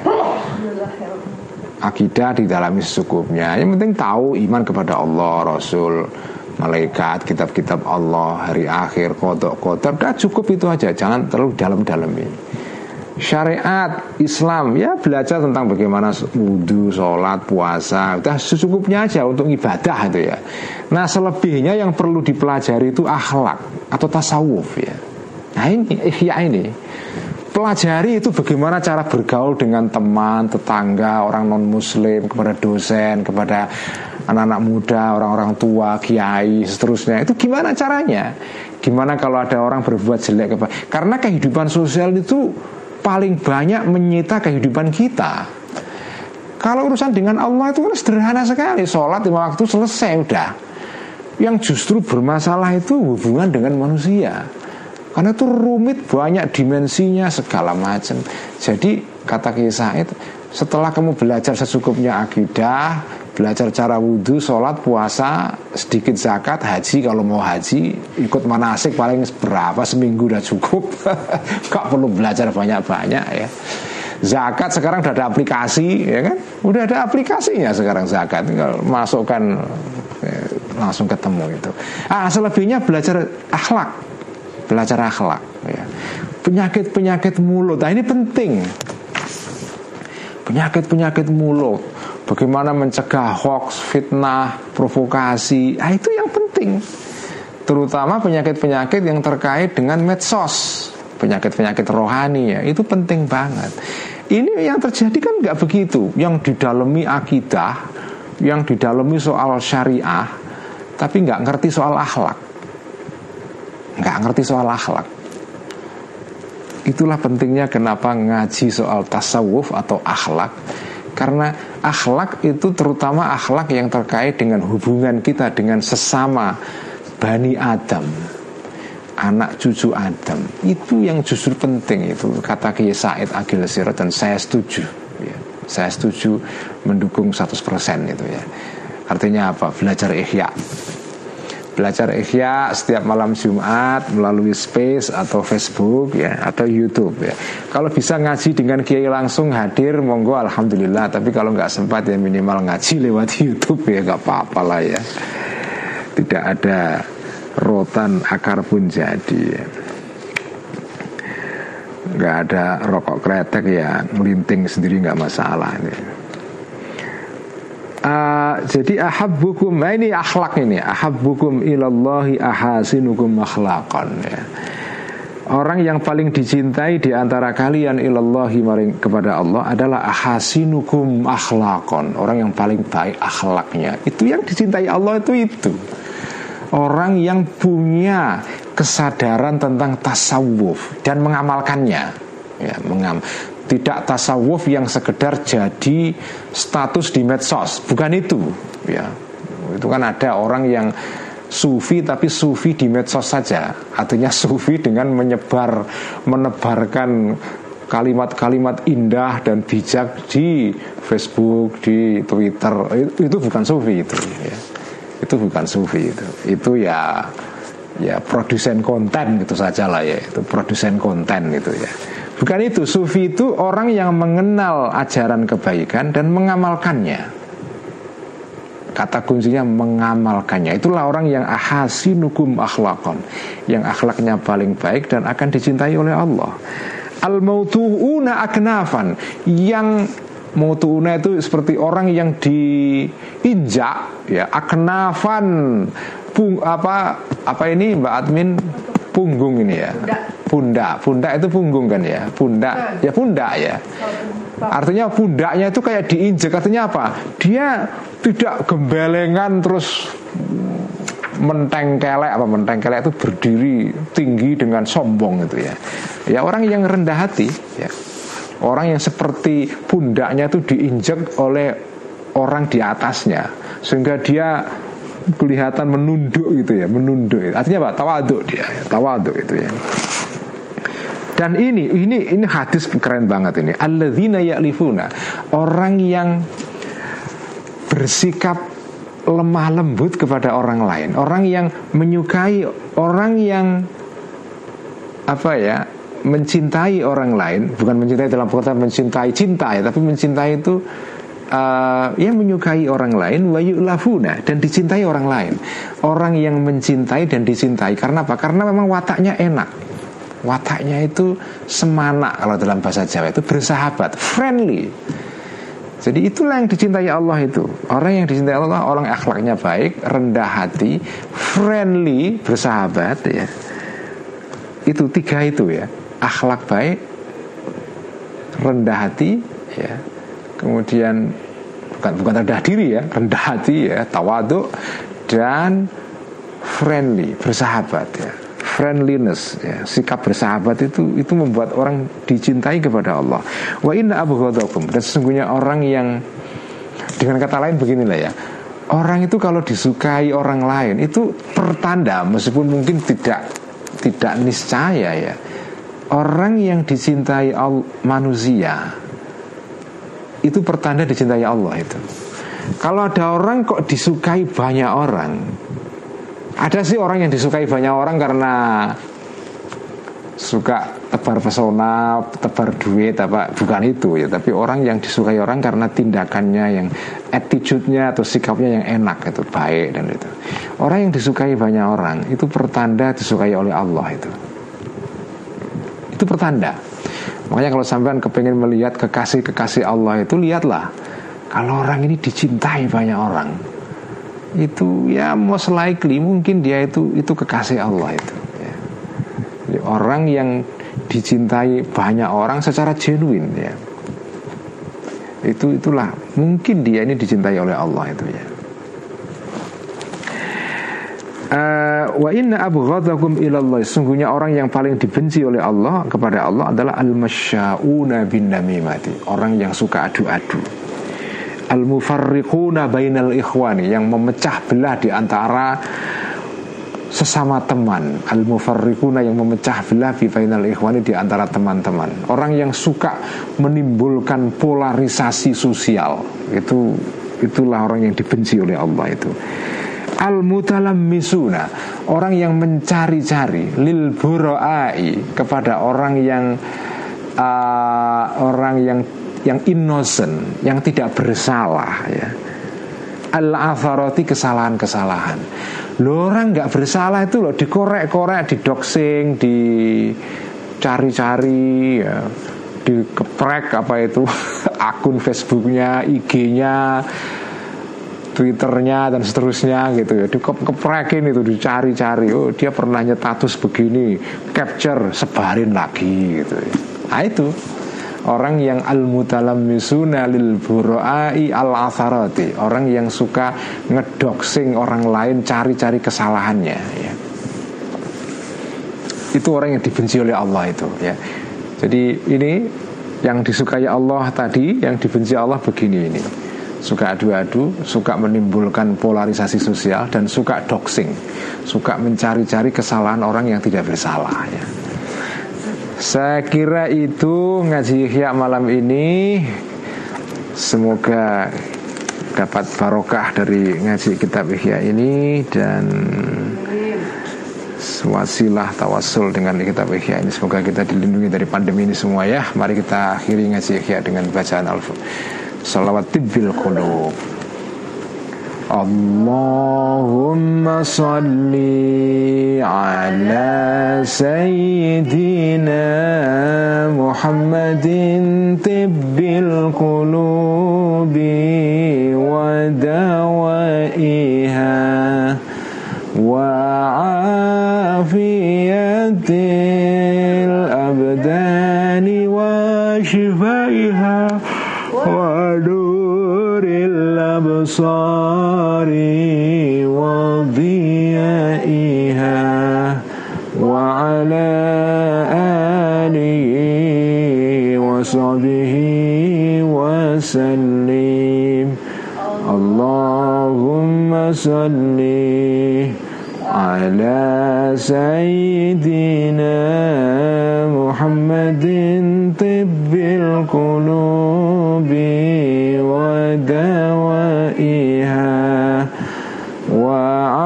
Speaker 1: Akidah didalami secukupnya. Yang penting tahu iman kepada Allah, Rasul, malaikat, kitab-kitab Allah, hari akhir, qada qadar, dah cukup itu aja. Jangan terlalu dalam-dalami. Syariat Islam ya belajar tentang bagaimana wudhu, sholat, puasa, udah secukupnya aja untuk ibadah itu ya. Nah selebihnya yang perlu dipelajari itu akhlak atau tasawuf ya. Nah ini ihya ini, pelajari itu bagaimana cara bergaul dengan teman, tetangga, orang non muslim, kepada dosen, kepada anak-anak muda, orang-orang tua, kiai, seterusnya. Itu gimana caranya? Gimana kalau ada orang berbuat jelek kepada, karena kehidupan sosial itu paling banyak menyita kehidupan kita. Kalau urusan dengan Allah itu kan sederhana sekali, sholat lima waktu selesai udah. Yang justru bermasalah itu hubungan dengan manusia, karena itu rumit, banyak dimensinya, segala macam. Jadi kata Kiai Said, setelah kamu belajar secukupnya akidah, belajar cara wudhu, sholat, puasa, sedikit zakat, haji, kalau mau haji ikut manasik paling berapa, seminggu udah cukup. Gak perlu belajar banyak-banyak ya. Zakat sekarang udah ada aplikasi ya kan, udah ada aplikasinya sekarang zakat, tinggal masukkan ya, langsung ketemu itu. Ah selebihnya belajar akhlak, belajar akhlak ya. Penyakit-penyakit mulut, nah ini penting. penyakit-penyakit mulut, bagaimana mencegah hoax, fitnah, provokasi. Ah, itu yang penting. Terutama penyakit-penyakit yang terkait dengan medsos, penyakit-penyakit rohani ya, itu penting banget. Ini yang terjadi kan nggak begitu. Yang didalami akidah, yang didalami soal syariah, tapi nggak ngerti soal akhlak, nggak ngerti soal akhlak. Itulah pentingnya kenapa ngaji soal tasawuf atau akhlak. Karena akhlak itu terutama akhlak yang terkait dengan hubungan kita dengan sesama Bani Adam, anak cucu Adam. Itu yang justru penting. Itu kata Kiai Said Agil Sirot, dan saya setuju ya. Saya setuju mendukung seratus persen itu ya. Artinya apa? Belajar ihya. Belajar ihya setiap malam Jumat melalui Space atau Facebook ya, atau YouTube ya. Kalau bisa ngaji dengan kiai langsung hadir, monggo alhamdulillah. Tapi kalau nggak sempat ya minimal ngaji lewat YouTube ya, nggak apa-apa lah ya. Tidak ada rotan akar pun jadi ya. Nggak ada rokok kretek ya, melinting sendiri nggak masalah ini. Uh, jadi ahabbukum, nah ini akhlak ini, ahabbukum ilallahi ahasinukum akhlaqan ya. Orang yang paling dicintai di antara kalian ilallahi maring kepada Allah adalah ahasinukum akhlaqan, orang yang paling baik akhlaknya. Itu yang dicintai Allah itu itu. Orang yang punya kesadaran tentang tasawuf dan mengamalkannya ya, mengam tidak tasawuf yang sekedar jadi status di medsos, bukan itu ya. Itu kan ada orang yang sufi tapi sufi di medsos saja, artinya sufi dengan menyebar menebarkan kalimat-kalimat indah dan bijak di Facebook, di Twitter. Itu, itu bukan sufi itu ya. Itu bukan sufi itu. Itu ya ya produsen konten gitu saja lah ya. Itu produsen konten gitu ya. Bukan itu. Sufi itu orang yang mengenal ajaran kebaikan dan mengamalkannya. Kata kuncinya mengamalkannya. Itulah orang yang ahasinukum akhlaqan, yang akhlaknya paling baik dan akan dicintai oleh Allah. Al-mautu'una aknafan, yang mautu'una itu seperti orang yang diinjak ya, aknafan pung, apa apa ini Mbak Admin, punggung ini ya. Pundak, pundak itu punggung kan ya, pundak, ya pundak ya. Artinya pundaknya itu kayak diinjek, artinya apa? Dia tidak gembelengan terus mentengkelek, apa mentengkelek itu berdiri tinggi dengan sombong itu ya. Ya orang yang rendah hati, ya. Orang yang seperti pundaknya itu diinjek oleh orang di atasnya, sehingga dia kelihatan menunduk gitu ya, menunduk. Artinya apa? Tawaduk dia, tawaduk itu ya. Dan ini ini ini hadis keren banget ini. Alladzina ya'lifuna, orang yang bersikap lemah lembut kepada orang lain, orang yang menyukai, orang yang apa ya, mencintai orang lain, bukan mencintai dalam kata mencintai cinta ya, tapi mencintai itu uh, yang menyukai orang lain, wa yu'lafuna, dan dicintai orang lain. Orang yang mencintai dan dicintai karena apa? Karena memang wataknya enak. Wataknya itu semana, kalau dalam bahasa Jawa itu bersahabat, friendly. Jadi itulah yang dicintai Allah itu. Orang yang dicintai Allah, orang akhlaknya baik, rendah hati, friendly, bersahabat ya. Itu tiga itu ya. Akhlak baik, rendah hati ya. Kemudian bukan bukan rendah diri ya, rendah hati ya, tawaduk, dan friendly, bersahabat ya. Friendliness ya, sikap bersahabat itu itu membuat orang dicintai kepada Allah. Wa inna abghadakum, dan sesungguhnya orang yang, dengan kata lain beginilah ya, orang itu kalau disukai orang lain itu pertanda, meskipun mungkin tidak tidak niscaya ya, orang yang dicintai al- manusia itu pertanda dicintai Allah itu. Kalau ada orang kok disukai banyak orang, ada sih orang yang disukai banyak orang karena suka tebar pesona, tebar duit apa, bukan itu ya. Tapi orang yang disukai orang karena tindakannya yang attitude-nya atau sikapnya yang enak, itu baik dan itu. Orang yang disukai banyak orang itu pertanda disukai oleh Allah itu. Itu pertanda. Makanya kalau sampean kepengen melihat kekasih-kekasih Allah itu, lihatlah kalau orang ini dicintai banyak orang, itu ya most likely mungkin dia itu itu kekasih Allah itu ya. Jadi orang yang dicintai banyak orang secara genuine ya, itu itulah mungkin dia ini dicintai oleh Allah itu ya. Uh, wa inna abghadakum ilallah, sungguhnya orang yang paling dibenci oleh Allah kepada Allah adalah al-masya'una bin namimati, orang yang suka adu-adu, al-mufarriquna bainal ikhwani, yang memecah belah di antara sesama teman, al-mufarriquna, yang memecah belah fi bainal ikhwani, di antara teman-teman, orang yang suka menimbulkan polarisasi sosial, itu itulah orang yang dibenci oleh Allah itu. Al-mutalammisuna, orang yang mencari-cari, lil bura'ai, kepada orang yang uh, orang yang yang innocent, yang tidak bersalah ya. Al-atharati, kesalahan-kesalahan. Loh, orang nggak bersalah itu loh dikorek-korek, didoxing, dicari-cari ya, dikeprek apa itu akun Facebooknya, I G-nya, Twitternya dan seterusnya gitu ya, dikeprekin itu, dicari-cari, oh dia pernah nyetatus begini, capture, sebarin lagi gitu ya. Nah itu orang yang al-mutalammisuna lil bura'ai al-atharati, orang yang suka ngedoxing orang lain, cari-cari kesalahannya ya. Itu orang yang dibenci oleh Allah itu ya. Jadi ini yang disukai Allah tadi, yang dibenci Allah begini ini, suka adu-adu, suka menimbulkan polarisasi sosial, dan suka doxing, suka mencari-cari kesalahan orang yang tidak bersalah ya. Saya kira itu ngaji Ihya malam ini. Semoga dapat barokah dari ngaji kitab Ihya ini, dan wasilah tawassul dengan kitab Ihya ini. Semoga kita dilindungi dari pandemi ini semua ya. Mari kita akhiri ngaji Ihya dengan bacaan Al-Fatihah. Salawat tibbil qulub. Allahumma salli ala sayyidina Muhammadin tibbil qulubi wa dawaiha wa afiyatil abdani wa shifaiha wa nuril absari wa dhiyaiha wa ala alihi wa sahbihi wa sallim. Allahumma salli ala sayyidina Muhammadin tibbil qulubi wa dawaiha wa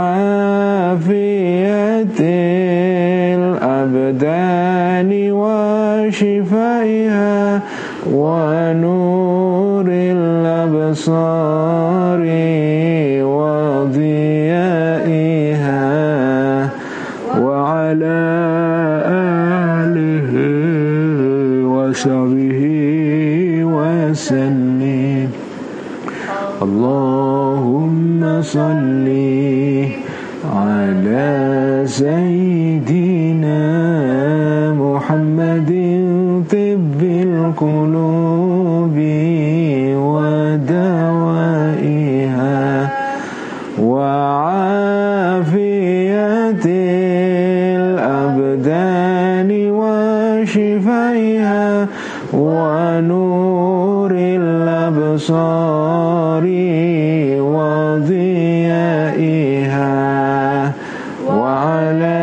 Speaker 1: afiyatil abdani wa shifaiha wa nuril absari wa dhiyaiha wa ala alihi wa sahbihi wa sallim. Allahumma salli ala sayyidina Muhammadin tibbil qulubi wa dawaiha wa afiyatil abdani wa shifaiha wa nuril absari wa dhiyaiha wa ala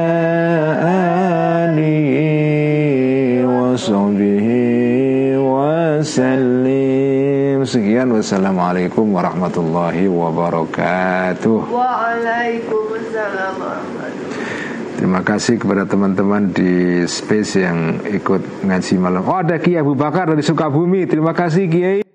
Speaker 1: alihi wa sahbihi wa sallim. Sekian, wassalamualaikum warahmatullahi wabarakatuh.
Speaker 2: Waalaikumsalam warahmatullahi.
Speaker 1: Terima kasih kepada teman-teman di space yang ikut ngaji malam. Oh, ada Kiai Abu Bakar dari Sukabumi. Terima kasih Kiai.